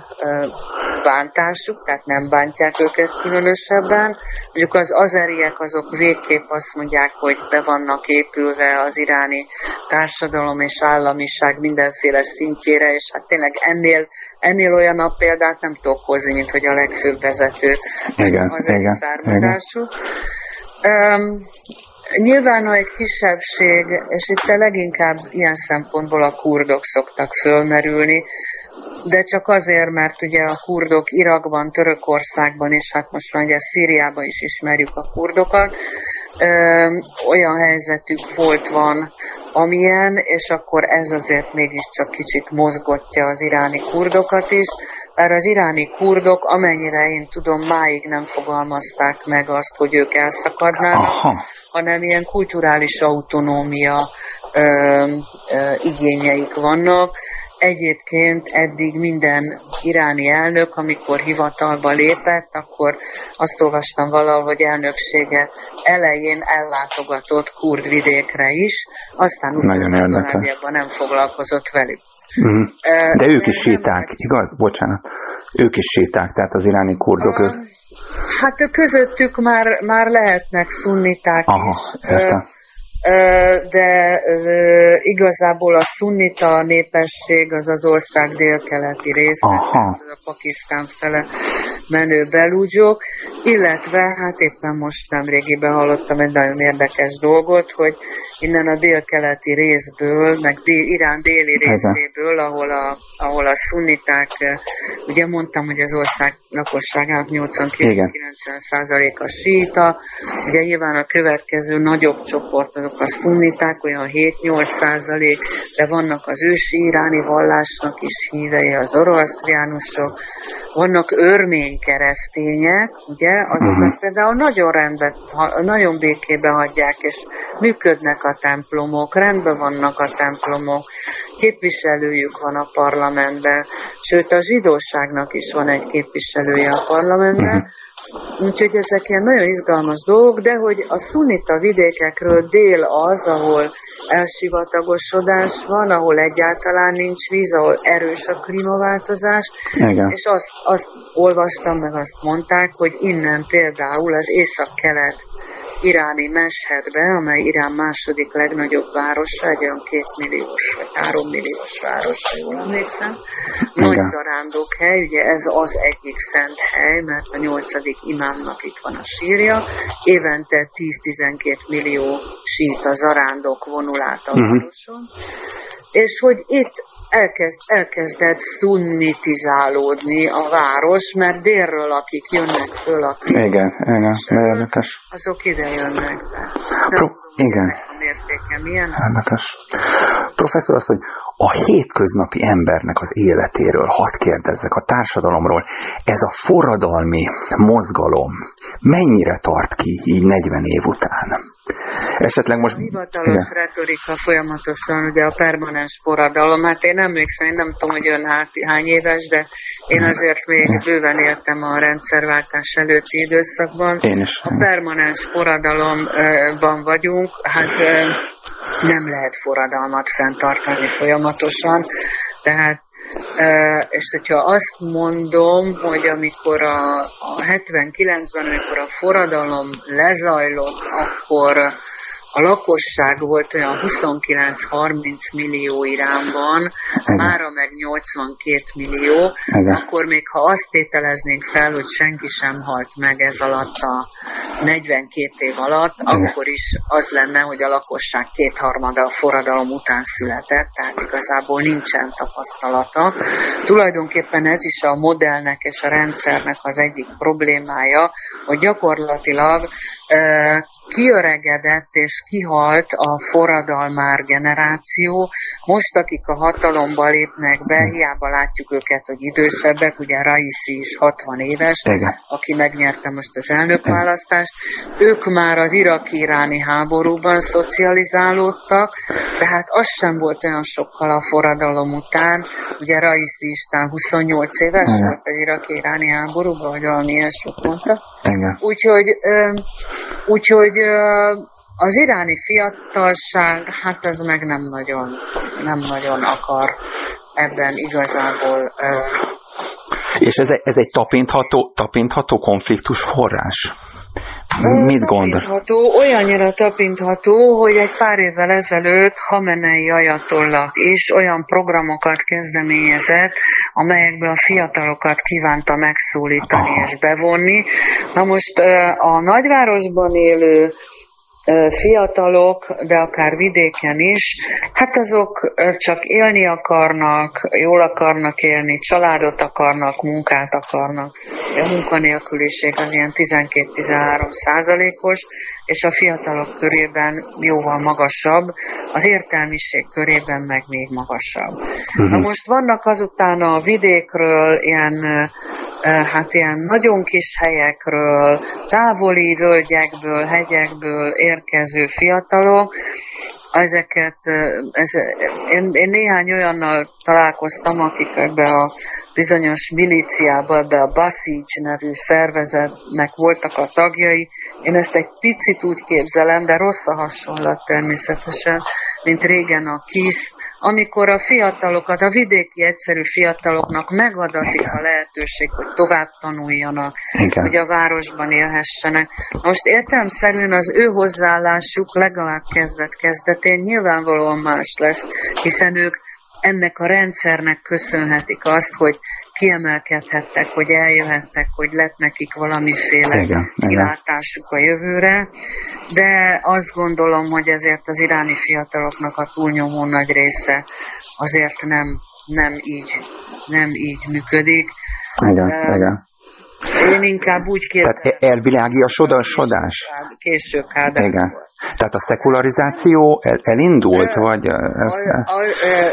bántásuk, tehát nem bántják őket különösebben. Mondjuk az azeriek azok végképp azt mondják, hogy be vannak épülve az iráni társadalom és államiság mindenféle szintjére, és hát tényleg ennél, ennél olyan a példát nem tudok hozni, mint hogy a legfőbb vezető igen, azeri igen, származású. Um, nyilván, ha egy kisebbség, és itt leginkább ilyen szempontból a kurdok szoktak fölmerülni, de csak azért, mert ugye a kurdok Irakban, Törökországban, és hát most már ugye Szíriában is ismerjük a kurdokat, ö, olyan helyzetük volt van, amilyen, és akkor ez azért mégiscsak kicsit mozgatja az iráni kurdokat is, mert az iráni kurdok, amennyire én tudom, máig nem fogalmazták meg azt, hogy ők elszakadnának, Aha. hanem ilyen kulturális autonómia ö, ö, igényeik vannak. Egyébként eddig minden iráni elnök, amikor hivatalba lépett, akkor azt olvastam valahol, hogy elnöksége elején ellátogatott kurd vidékre is, aztán utána nem foglalkozott velük. Uh-huh. De ők is síták, igaz? Bocsánat. Ők is síták, tehát az iráni kurdok. Uh, hát közöttük már, már lehetnek szunniták Aha, is. Értem. De igazából a szunnita népesség az az ország délkeleti része, a Pakisztán fele menő belúgyok, illetve hát éppen most nemrégiben hallottam egy nagyon érdekes dolgot, hogy innen a délkeleti részből, meg dél, Irán déli részéből, ahol a, ahol a szunniták, ugye mondtam, hogy az ország lakosságának nyolcvankilenc-kilencven százaléka síita, ugye nyilván a következő nagyobb csoport azok a szunniták, olyan hét-nyolc százalék, de vannak az ősi iráni vallásnak is hívei, az zoroasztriánusok, vannak örmény keresztények, ugye, azokat uh-huh. például nagyon rendben, nagyon békében hagyják, és működnek a templomok, rendben vannak a templomok, képviselőjük van a parlamentben, sőt a zsidóságnak is van egy képviselője a parlamentben, uh-huh. Úgyhogy ezek ilyen nagyon izgalmas dolgok, de hogy a szunnita vidékekről dél az, ahol elsivatagosodás van, ahol egyáltalán nincs víz, ahol erős a klímaváltozás, Igen. és azt, azt olvastam, meg azt mondták, hogy innen például az észak-kelet iráni Meshedbe, amely Irán második legnagyobb városa, egy olyan kétmilliós vagy hárommilliós város, ha jól emlékszem. Nagy zarándokhely, ugye ez az egyik szent hely, mert a nyolcadik imámnak itt van a sírja. Évente tíz-tizenkét millió síita zarándok vonul át a városon. Uh-huh. És hogy itt elkezd, elkezdett szunnitizálódni a város, mert délről, akik jönnek föl a igen, igen, érdekes. Azok ide jönnek be. Pro, igen. A mértéke milyen? Érdekes. Professzor, azt, hogy a hétköznapi embernek az életéről, hadd kérdezzek, a társadalomról, ez a forradalmi mozgalom mennyire tart ki így negyven év után? Esetleg most... A hivatalos igen. retorika folyamatosan, ugye a permanens forradalom, hát én emlékszem, én nem tudom, hogy ön hát, hány éves, de én azért még bőven éltem a rendszerváltás előtti időszakban. Én is. A permanens forradalomban vagyunk, hát nem lehet forradalmat fenntartani folyamatosan, tehát és hogyha azt mondom, hogy amikor a, a hetvenkilencben, amikor a forradalom lezajlott, akkor a lakosság volt olyan huszonkilenc-harminc millió Iránban, mára meg nyolcvankét millió, Igen. akkor még ha azt tételeznénk fel, hogy senki sem halt meg ez alatt a negyvenkét év alatt, Igen. akkor is az lenne, hogy a lakosság kétharmada a forradalom után született, tehát igazából nincsen tapasztalata. Tulajdonképpen ez is a modellnek és a rendszernek az egyik problémája, hogy gyakorlatilag uh, kiöregedett és kihalt a forradalmár generáció. Most, akik a hatalomba lépnek be, hiába látjuk őket, hogy idősebbek, ugye Raisi is hatvan éves, Igen. aki megnyerte most az elnökválasztást, ők már az iraki-iráni háborúban szocializálódtak, tehát az sem volt olyan sokkal a forradalom után, ugye Raisi Istán huszonnyolc éves Igen. volt az iraki-iráni háborúban, vagy valami ilyesmit mondta. Úgyhogy, úgyhogy az iráni fiatalság, hát ez meg nem nagyon, nem nagyon akar ebben igazából. És ez, ez egy tapintható, tapintható konfliktus forrás? Mit gondol? Tapintható, olyannyira tapintható, hogy egy pár évvel ezelőtt Hamenei ajatollah is olyan programokat kezdeményezett, amelyekbe a fiatalokat kívánta megszólítani Aha. és bevonni. Na most a nagyvárosban élő fiatalok, de akár vidéken is, hát azok csak élni akarnak, jól akarnak élni, családot akarnak, munkát akarnak. A munkanélküliség az ilyen tizenkét-tizenhárom százalékos, és a fiatalok körében jóval magasabb, az értelmiség körében meg még magasabb. Uh-huh. Na most vannak azután a vidékről ilyen hát ilyen nagyon kis helyekről, távoli völgyekből, hegyekből érkező fiatalok, ezeket, ez, én, én néhány olyannal találkoztam, akik ebbe a bizonyos milíciába, ebbe a Basij nevű szervezetnek voltak a tagjai. Én ezt egy picit úgy képzelem, de rossz a hasonlat természetesen, mint régen a KISZ, amikor a fiatalokat, a vidéki egyszerű fiataloknak megadatik a lehetőség, hogy tovább tanuljanak, Igen. hogy a városban élhessenek. Most értelemszerűen az ő hozzáállásuk legalább kezdet-kezdetén nyilvánvalóan más lesz, hiszen ők ennek a rendszernek köszönhetik azt, hogy kiemelkedhettek, hogy eljöhettek, hogy lett nekik valamiféle igen, kilátásuk a jövőre, de azt gondolom, hogy ezért az iráni fiataloknak a túlnyomó nagy része azért nem, nem, így, nem így működik. Igen, uh, igen. Én inkább úgy képzelem. Tehát elvilágiasodás? Késő Kádár. Igen. Tehát a szekularizáció el, elindult, uh, vagy ezt... A, a, a,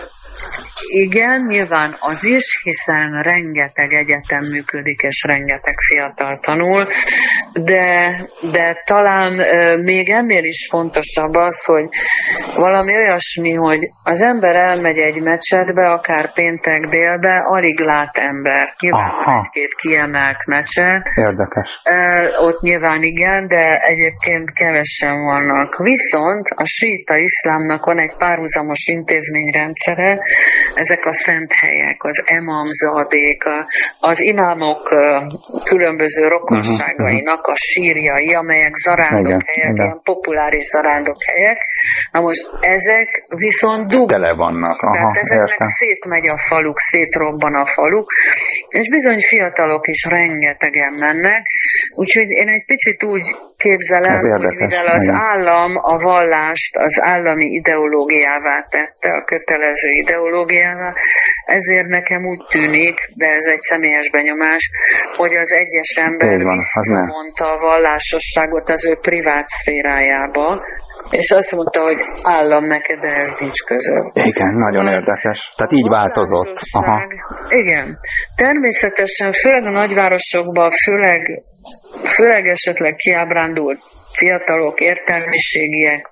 Igen, nyilván az is, hiszen rengeteg egyetem működik, és rengeteg fiatal tanul, de, de talán e, még ennél is fontosabb az, hogy valami olyasmi, hogy az ember elmegy egy mecsetbe, akár péntek délbe, alig lát ember. Nyilván Aha. van egy-két kiemelt mecset. Érdekes. E, ott nyilván igen, de egyébként kevesen vannak. Viszont a síita iszlámnak van egy párhuzamos intézményrendszere, ezek a szent helyek, az emamzadék, az imámok különböző rokonságainak a sírjai, amelyek zarándokhelyek, ilyen populáris zarándokhelyek. Na most ezek viszont dugnak. Tele vannak. Aha, tehát ezeknek értem. szétmegy a faluk, szétrobban a faluk, és bizony fiatalok is rengetegen mennek, úgyhogy én egy picit úgy képzelem, hogy mivel az igen. állam a vallást az állami ideológiává tette, a kötelező ideológiává, ezért nekem úgy tűnik, de ez egy személyes benyomás, hogy az egyes ember visszamondta a vallásosságot az ő privát szférájába, és azt mondta, hogy állam, neked ehhez nincs közöm. Igen, nagyon érdekes. Tehát így változott. Aha. Igen. Természetesen, főleg a nagyvárosokban, főleg, főleg esetleg kiábrándult fiatalok, értelmiségiek,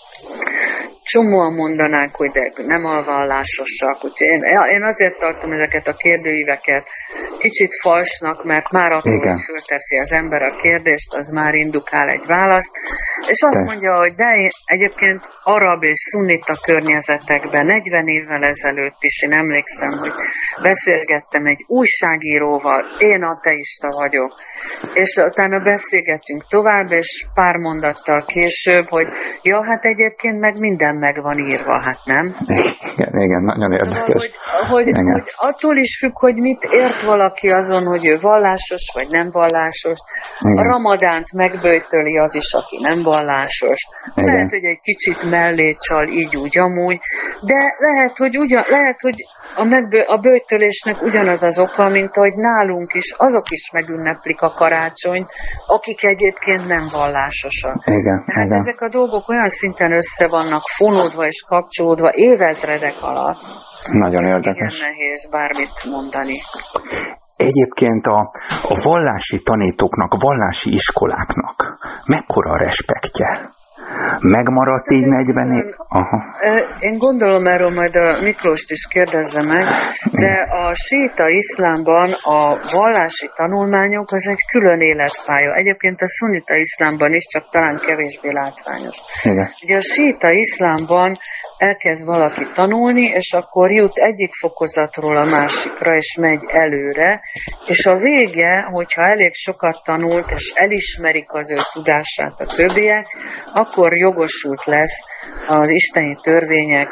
csomóan mondanák, hogy de nem a vallásosak. Úgyhogy én, én azért tartom ezeket a kérdőíveket kicsit falsnak, mert már akkor, Igen. hogy fölteszi az ember a kérdést, az már indukál egy választ, és azt de. mondja, hogy de én egyébként arab és szunnita környezetekben negyven évvel ezelőtt is én emlékszem, hogy beszélgettem egy újságíróval, én ateista vagyok, és utána beszélgettünk tovább, és pár mondattal később, hogy ja, hát egyébként meg minden meg van írva, hát nem? Igen, igen, nagyon érdekes. Hogy, hogy, igen. hogy attól is függ, hogy mit ért valaki azon, hogy ő vallásos, vagy nem vallásos. Igen. A ramadánt megböjtöli az is, aki nem vallásos. Igen. Lehet, hogy egy kicsit mellé csal, így úgy amúgy, de lehet, hogy, ugyan, lehet, hogy a, megbő, a böjtölésnek ugyanaz az oka, mint ahogy nálunk is, azok is megünneplik a karácsonyt, akik egyébként nem vallásosak. Igen, Tehát igen. ezek a dolgok olyan szinten össze vannak fonódva és kapcsolódva évezredek alatt. Nagyon érdekes. Igen, nehéz bármit mondani. Egyébként a, a vallási tanítóknak, vallási iskoláknak mekkora a respektje? megmaradt így negyven év? Aha. Én gondolom, erről majd a Miklóst is kérdezze meg, de a síita iszlámban a vallási tanulmányok az egy külön életpálya. Egyébként a szunita iszlámban is, csak talán kevésbé látványos. Igen. Ugye a síita iszlámban elkezd valaki tanulni, és akkor jut egyik fokozatról a másikra, és megy előre, és a vége, hogyha elég sokat tanult, és elismerik az ő tudását a többiek, akkor jogosult lesz az isteni törvények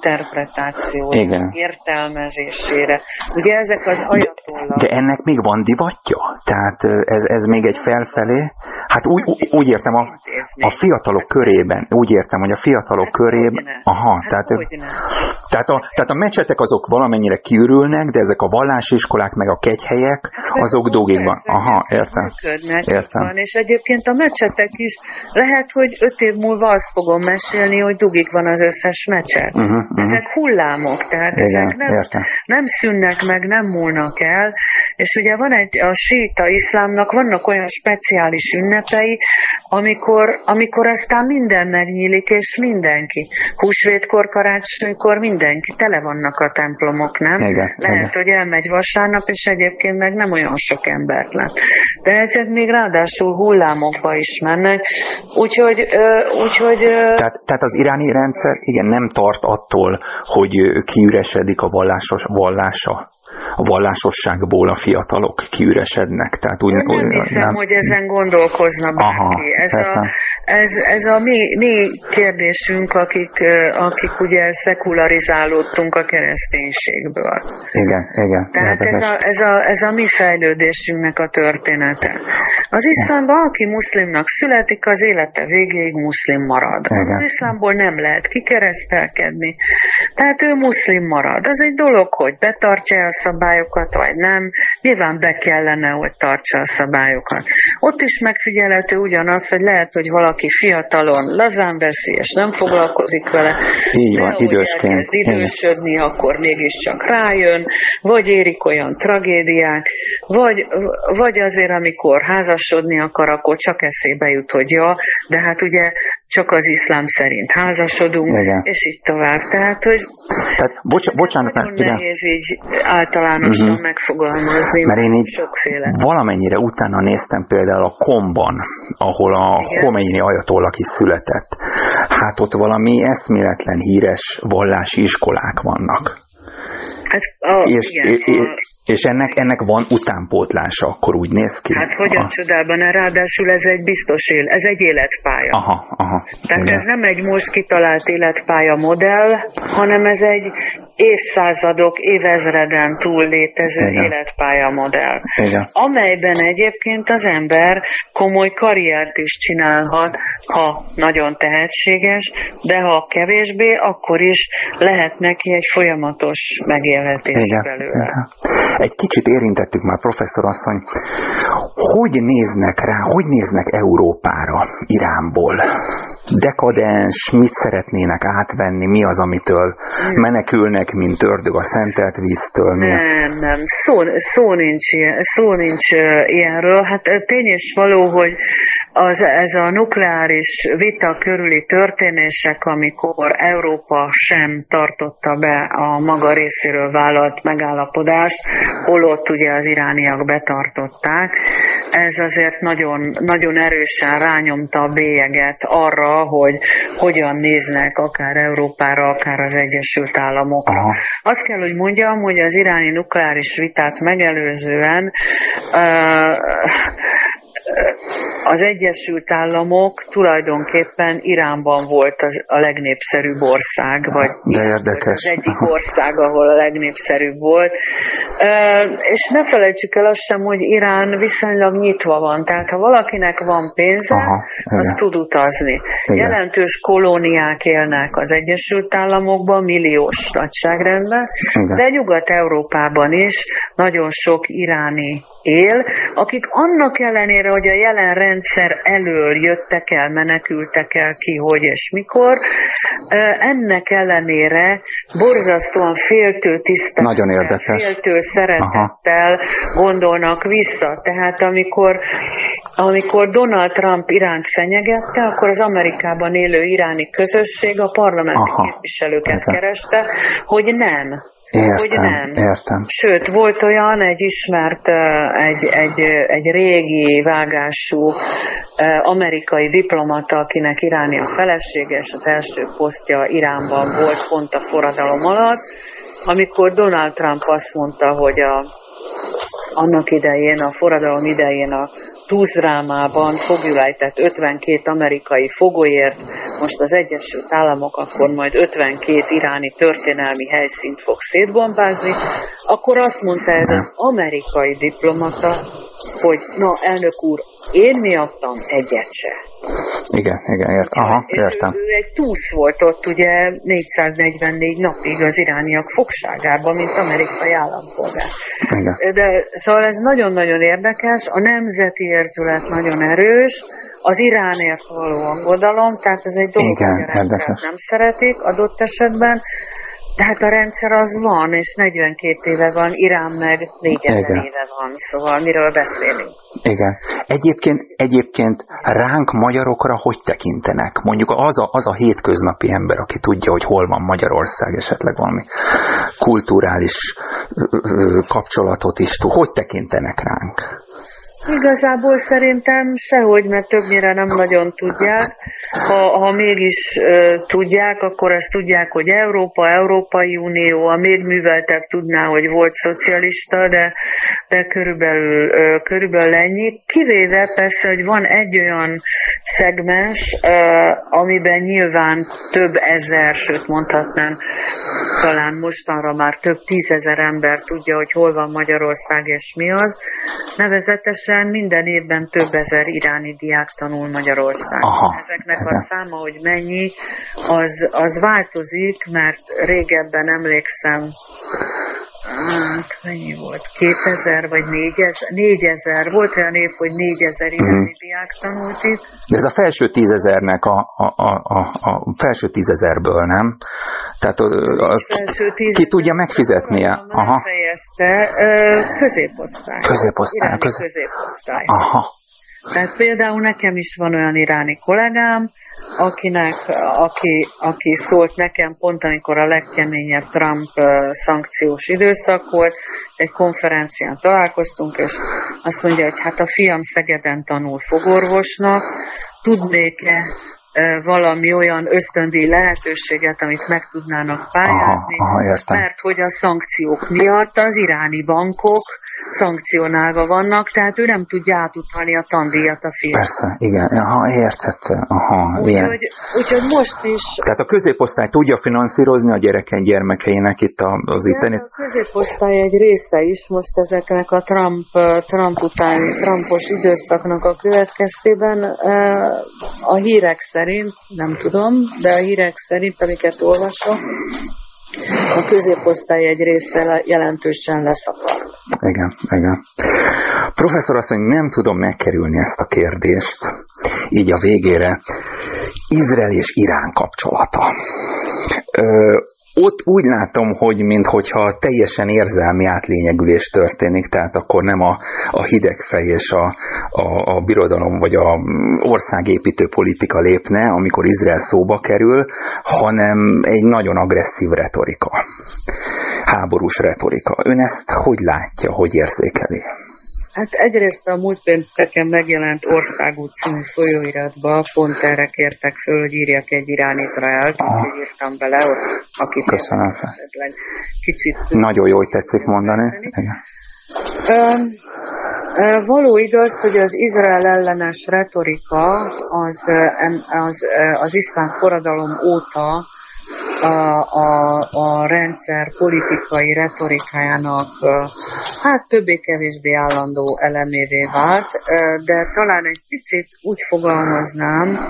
interpretációra, értelmezésére. Ugye ezek az ajatollak. De, de ennek még van divatja? Tehát ez, ez még egy felfelé? Hát úgy, úgy értem, a, a fiatalok körében, úgy értem, hogy a fiatalok hát körében... Aha, hát tehát, tehát, a, tehát a mecsetek azok valamennyire kiürülnek, de ezek a vallásiskolák meg a kegyhelyek, hát azok dugikban. Aha, értem. Működnek, értem. Van, és egyébként a mecsetek is, lehet, hogy öt év múlva azt fogom mesélni, hogy dugik van az összes mecset. Uh-huh, uh-huh. Ezek hullámok, tehát igen, ezek nem, nem szűnnek meg, nem múlnak el, és ugye van egy, a síita iszlámnak vannak olyan speciális ünnepei, amikor, amikor aztán minden megnyílik, és mindenki. Húsvétkor, karácsonykor mindenki, tele vannak a templomok, nem? Igen, lehet, igen. hogy elmegy vasárnap, és egyébként meg nem olyan sok embert lát. De ezek még ráadásul hullámokba is mennek, úgyhogy... úgyhogy tehát, tehát az iráni rendszer, igen, nem tart attól, hogy kiüresedik a vallásos, vallása. A vallásosságból a fiatalok kiüresednek. Tehát úgy, nem úgy, hiszem, nem... hogy ezen gondolkozna bárki. Ez a, ez, ez a mi, mi kérdésünk, akik, akik ugye szekularizálódtunk a kereszténységből. Igen, igen. Tehát ez a, ez, a, ez a mi fejlődésünknek a története. Az iszlámban, aki muszlimnak születik, az élete végéig muszlim marad. Igen. Az iszlámból nem lehet kikeresztelkedni. Tehát ő muszlim marad. Az egy dolog, hogy betartja a szabályokat, vagy nem. Nyilván be kellene, hogy tartsa a szabályokat. Ott is megfigyelhető ugyanaz, hogy lehet, hogy valaki fiatalon lazán veszi, és nem foglalkozik vele. Így van, idősként. Elkezd idősödni, igen. Akkor mégiscsak rájön, vagy érik olyan tragédiák, vagy, vagy azért, amikor házasodni akar, akkor csak eszébe jut, hogy ja, de hát ugye csak az iszlám szerint házasodunk, igen. És így tovább. Tehát, hogy Tehát, bocs, bocsánat, nagyon mert, nehéz igen. így általánosan uh-huh. megfogalmazni, mert én így sokféle. Valamennyire utána néztem például a Komban, ahol a Khomeini ajatollah is született. Hát ott valami eszméletlen híres vallási iskolák vannak. Hát, a, és, igen, és, a... és ennek, ennek van utánpótlása, akkor úgy néz ki? Hát hogyan a... csodában, ráadásul ez egy biztos él, ez egy életpálya. Aha, aha. Tehát igen. Ez nem egy most kitalált életpálya modell, hanem ez egy évszázadok, évezreden túl létező igen. életpálya modell. Igen. Amelyben egyébként az ember komoly karriert is csinálhat, ha nagyon tehetséges, de ha kevésbé, akkor is lehet neki egy folyamatos megélhetés igen. belőle. Igen. Egy kicsit érintettük már, professzor asszony, hogy néznek rá, hogy néznek Európára Iránból? Dekadens, mit szeretnének átvenni, mi az, amitől menekülnek, mint ördög a szentelt víztől? Mi nem, a... nem, szó, szó, nincs ilyen, szó nincs ilyenről. Hát tény és való, hogy az, ez a nukleáris vita körüli történések, amikor Európa sem tartotta be a maga részéről vállalt megállapodást, holott ugye az irániak betartották, ez azért nagyon, nagyon erősen rányomta a bélyeget arra, hogy hogyan néznek akár Európára, akár az Egyesült Államokra. Aha. Azt kell, hogy mondjam, hogy az iráni nukleáris vitát megelőzően uh, az Egyesült Államok tulajdonképpen Iránban volt az, a legnépszerűbb ország, vagy az egyik ország, ahol a legnépszerűbb volt. E, és ne felejtsük el azt sem, hogy Irán viszonylag nyitva van, tehát ha valakinek van pénze, aha, az tud utazni. Igen. Jelentős kolóniák élnek az Egyesült Államokban, milliós nagyságrendben, igen. De Nyugat-Európában is nagyon sok iráni él, akik annak ellenére, hogy a jelen rendszer elől jöttek el, menekültek el ki, hogy és mikor, ennek ellenére borzasztóan féltő tisztelettel, féltő szeretettel aha. gondolnak vissza. Tehát amikor amikor Donald Trump Iránt fenyegette, akkor az Amerikában élő iráni közösség a parlamenti Aha, képviselőket értem. kereste, hogy nem. Értem, hogy nem. értem. Sőt, volt olyan, egy ismert, egy, egy, egy régi vágású amerikai diplomata, akinek iráni a felesége, és az első posztja Iránban volt pont a forradalom alatt, amikor Donald Trump azt mondta, hogy a, annak idején, a forradalom idején a Tools-drámában fogjulejtett ötvenkét amerikai fogolyért, most az Egyesült Államok akkor majd ötvenkét iráni történelmi helyszínt fog szétbombázni, akkor azt mondta ez az amerikai diplomata, hogy na, elnök úr, én miattam egyet se. Igen, igen, értem. Aha, értem. És ő, ő egy túsz volt ott ugye négyszáznegyvennégy napig az irániak fogságában, mint amerikai állampolgár. Igen. De szóval ez nagyon-nagyon érdekes, a nemzeti érzület nagyon erős, az Iránért való aggodalom, tehát ez egy dolog, igen, hogy a rendszert nem szeretik adott esetben, de hát a rendszer az van, és negyvenkét éve van, Irán meg négyezer éve van, szóval miről beszélünk. Igen. Egyébként, egyébként ránk magyarokra hogy tekintenek? Mondjuk az a, az a hétköznapi ember, aki tudja, hogy hol van Magyarország, esetleg valami kulturális kapcsolatot is tud. Hogy tekintenek ránk? Igazából szerintem sehogy, mert többnyire nem nagyon tudják. Ha, ha mégis uh, tudják, akkor ezt tudják, hogy Európa, Európai Unió, a még műveltebb tudná, hogy volt szocialista, de, de körülbelül, uh, körülbelül ennyi. Kivéve persze, hogy van egy olyan szegmens, uh, amiben nyilván több ezer, sőt mondhatnám, talán mostanra már több tízezer ember tudja, hogy hol van Magyarország és mi az. Nevezetesen minden évben több ezer iráni diák tanul Magyarországon. Aha, ezeknek a száma, hogy mennyi, az, az változik, mert régebben emlékszem, hát mennyi volt? kétezer vagy négyezer? négyezer. Volt olyan év, hogy négyezer iráni mm. diák tanult itt. De ez a felső tízezernek a, a, a, a, a felső tízezerből, nem? Tehát a, a, a, ki tudja megfizetni? Aha. Fejezte, középosztály. Középosztály. Közé... középosztály. Aha. Tehát például nekem is van olyan iráni kollégám, akinek, aki, aki szólt nekem pont, amikor a legkeményebb Trump szankciós időszak volt, egy konferencián találkoztunk, és azt mondja, hogy hát a fiam Szegeden tanul fogorvosnak, tudnék-e valami olyan ösztöndíj lehetőséget, amit meg tudnának pályázni, aha, aha, mert hogy a szankciók miatt az iráni bankok szankcionálva vannak, tehát ő nem tudja átutalni a tandíjat a fiam. Persze, igen, aha, értette. Aha, úgyhogy, úgyhogy most is... Tehát a középosztály tudja finanszírozni a gyereken gyermekeinek itt az itteni... A középosztály egy része is most ezeknek a Trump, Trump utáni, Trumpos időszaknak a következtében a hírek szerint, nem tudom, de a hírek szerint, amiket olvasok, a középosztály egy része jelentősen leszakadt. Igen, igen. Professzor azt mondja, nem tudom megkerülni ezt a kérdést, így a végére. Izrael és Irán kapcsolata. Ö, ott úgy látom, hogy minthogyha teljesen érzelmi átlényegülés történik, tehát akkor nem a, a hidegfej és a, a, a birodalom vagy a országépítő politika lépne, amikor Izrael szóba kerül, hanem egy nagyon agresszív retorika. Háborús retorika. Ön ezt hogy látja, hogy érzékeli? Hát egyrészt a múlt pénteken megjelent Országút című folyóiratban pont erre kértek föl, hogy írjak egy Irán-Izraelt, ah. úgyhogy írtam bele, ott, akit köszönöm esetleg kicsit... Nagyon jó, hogy tetszik mondani. Igen. Ö, ö, való igaz, hogy az Izrael ellenes retorika az, az, az iszlám forradalom óta A, a, a rendszer politikai retorikájának hát többé-kevésbé állandó elemévé vált, de talán egy picit úgy fogalmaznám,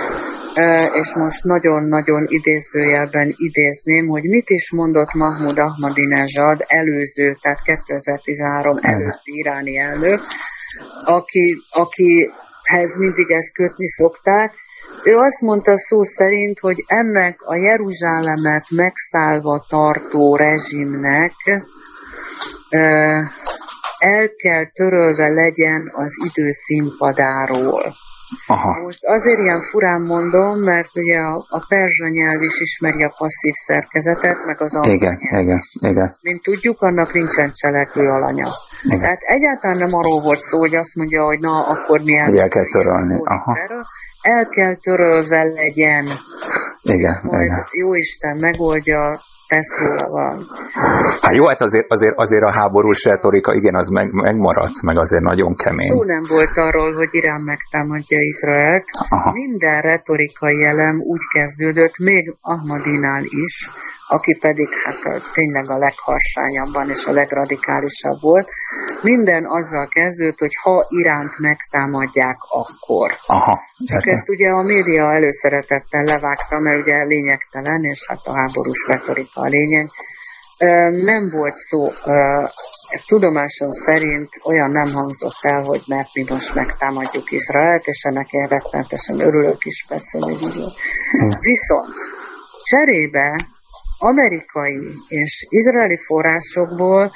és most nagyon-nagyon idézőjelben idézném, hogy mit is mondott Mahmud Ahmadinejad előző, tehát kétezer-tizenhárom előtti iráni elnök, aki, akihez mindig ezt kötni szokták. Ő azt mondta szó szerint, hogy ennek a Jeruzsálemet megszállva tartó rezsimnek, el kell törölve legyen az idő színpadáról. Aha. Most azért ilyen furán mondom, mert ugye a, a perzsa nyelv is ismeri a passzív szerkezetet, meg az angol igen, nyelv igen, is. igen. Mint tudjuk, annak nincsen cselekvő alanya. Igen. Tehát egyáltalán nem arról volt szó, hogy azt mondja, hogy na, akkor mi el, el kell törölni. Aha. El kell törölve legyen. Igen, majd igen. Jóisten megoldja, tesz róla van. Hát jó, hát azért, azért, azért a háborús retorika, igen, az meg, megmaradt, meg azért nagyon kemény. Szó nem volt arról, hogy Irán megtámadja Izraelt. Aha. Minden retorikai elem úgy kezdődött, még Ahmadinál is, aki pedig hát tényleg a legharsányabban és a legradikálisabb volt. Minden azzal kezdődött, hogy ha Iránt megtámadják, akkor. Aha, csak ezt ugye a média előszeretettel levágta, mert ugye lényegtelen, és hát a háborús retorika a lényeg. Nem volt szó, tudomásom szerint olyan nem hangzott el, hogy mert mi most megtámadjuk Izraelt, és ennek én rettenetesen örülök is, persze, hogy így volt. Viszont cserébe amerikai és izraeli forrásokból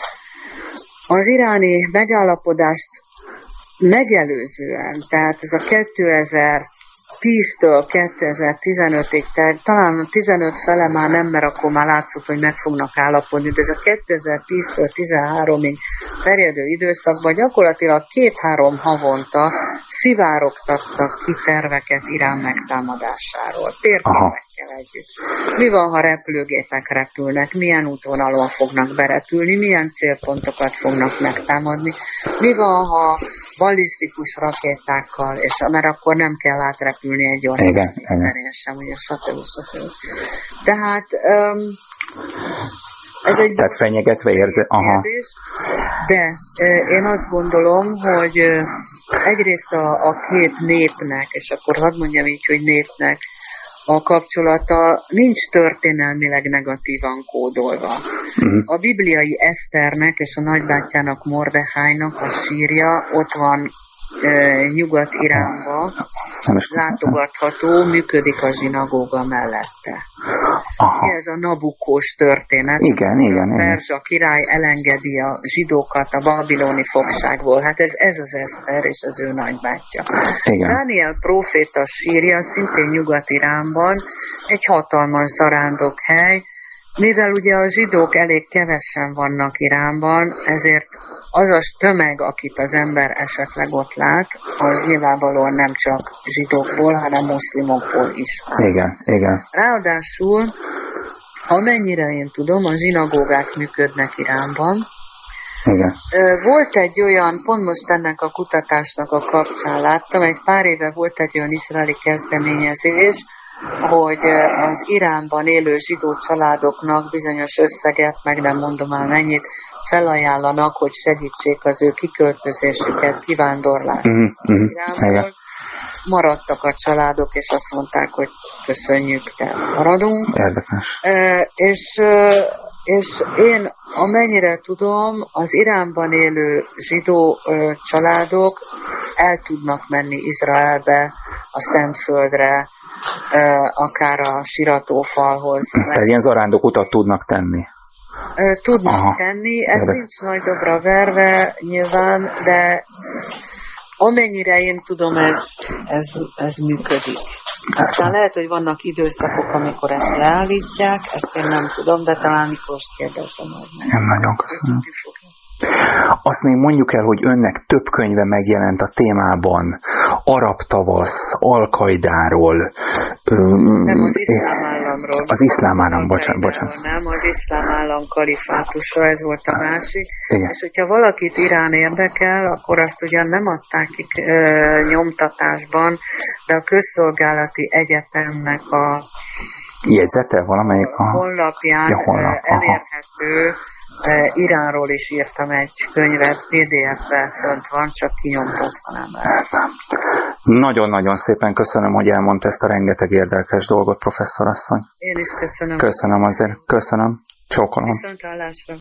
az iráni megállapodást megelőzően, tehát ez a kétezer-tíztől kétezer-tizenötig, tehát talán tizenöt fele már nem, mert akkor már látszott, hogy meg fognak állapodni, de ez a kétezer-tíztől tizenháromig terjedő időszakban gyakorlatilag két-három havonta szivárogtattak ki terveket Irán megtámadásáról. Térképekkel együtt. Mi van, ha repülőgépek repülnek? Milyen útvonalon fognak berepülni? Milyen célpontokat fognak megtámadni? Mi van, ha ballisztikus rakétákkal, és mert akkor nem kell átrepülni egy ország terén sem, ugye stb. Tehát um, ez egy Tehát fenyegetve érzi. Aha. kérdés, de uh, én azt gondolom, hogy uh, egyrészt a, a két népnek, és akkor hadd mondjam így, hogy népnek, a kapcsolata nincs történelmileg negatívan kódolva. Uh-huh. A bibliai Eszternek és a nagybátyjának Mordehájnak a sírja ott van e, Nyugat-Iránba, látogatható, működik a zsinagóga mellette. Aha. Ez a nabukós történet. Igen, igen, a perzsa király elengedi a zsidókat a babiloni fogságból. Hát ez, ez az Eszter és az ő nagybátyja. Igen. Dániel próféta sírja szintén Nyugat-Iránban egy hatalmas zarándokhely, mivel ugye a zsidók elég kevesen vannak Iránban, ezért az a tömeg, akit az ember esetleg ott lát, az nyilvánvalóan nem csak zsidókból, hanem muszlimokból is van. Igen, igen. Ráadásul, amennyire én tudom, a zsinagógák működnek Iránban. Igen. Volt egy olyan, pont most ennek a kutatásnak a kapcsán láttam, egy pár éve volt egy olyan izraeli kezdeményezés, hogy az Iránban élő zsidó családoknak bizonyos összeget, meg nem mondom már mennyit, felajánlanak, hogy segítsék az ő kiköltözésüket, kivándorlást uh-huh, uh-huh, Iránból. Igen. Maradtak a családok, és azt mondták, hogy köszönjük, de maradunk. Érdekes. E, és, és én amennyire tudom, az Iránban élő zsidó családok el tudnak menni Izraelbe, a Szentföldre, akár a siratófalhoz. Tehát ilyen zarándok utat tudnak tenni. Tudnak Aha. tenni, ez Érdek. Nincs nagy dobra verve nyilván, de amennyire én tudom, ez, ez, ez működik. Aztán lehet, hogy vannak időszakok, amikor ezt leállítják, ezt én nem tudom, de talán Miklóst kérdezem meg. Nem nagyon köszönöm. Azt még mondjuk el, hogy önnek több könyve megjelent a témában, Arab tavasz, Al-Kaidáról. Nem, az iszlám államról. Az iszlám állam, bocsánat, bocsánat. Nem, az iszlám állam kalifátusra, ez volt a másik. Igen. És hogyha valakit Irán érdekel, akkor azt ugyan nem adták ki ö, nyomtatásban, de a Közszolgálati Egyetemnek a jegyzete valamelyik a honlapján ja, honlap. elérhető. Iránról is írtam egy könyvet, pé dé ef-ben fönt van, csak kinyomtatva nem lehet. Nagyon-nagyon szépen köszönöm, hogy elmondta ezt a rengeteg érdekes dolgot, professzorasszony. Én is köszönöm. Köszönöm azért, köszönöm. Csókolom. Viszontlátásra.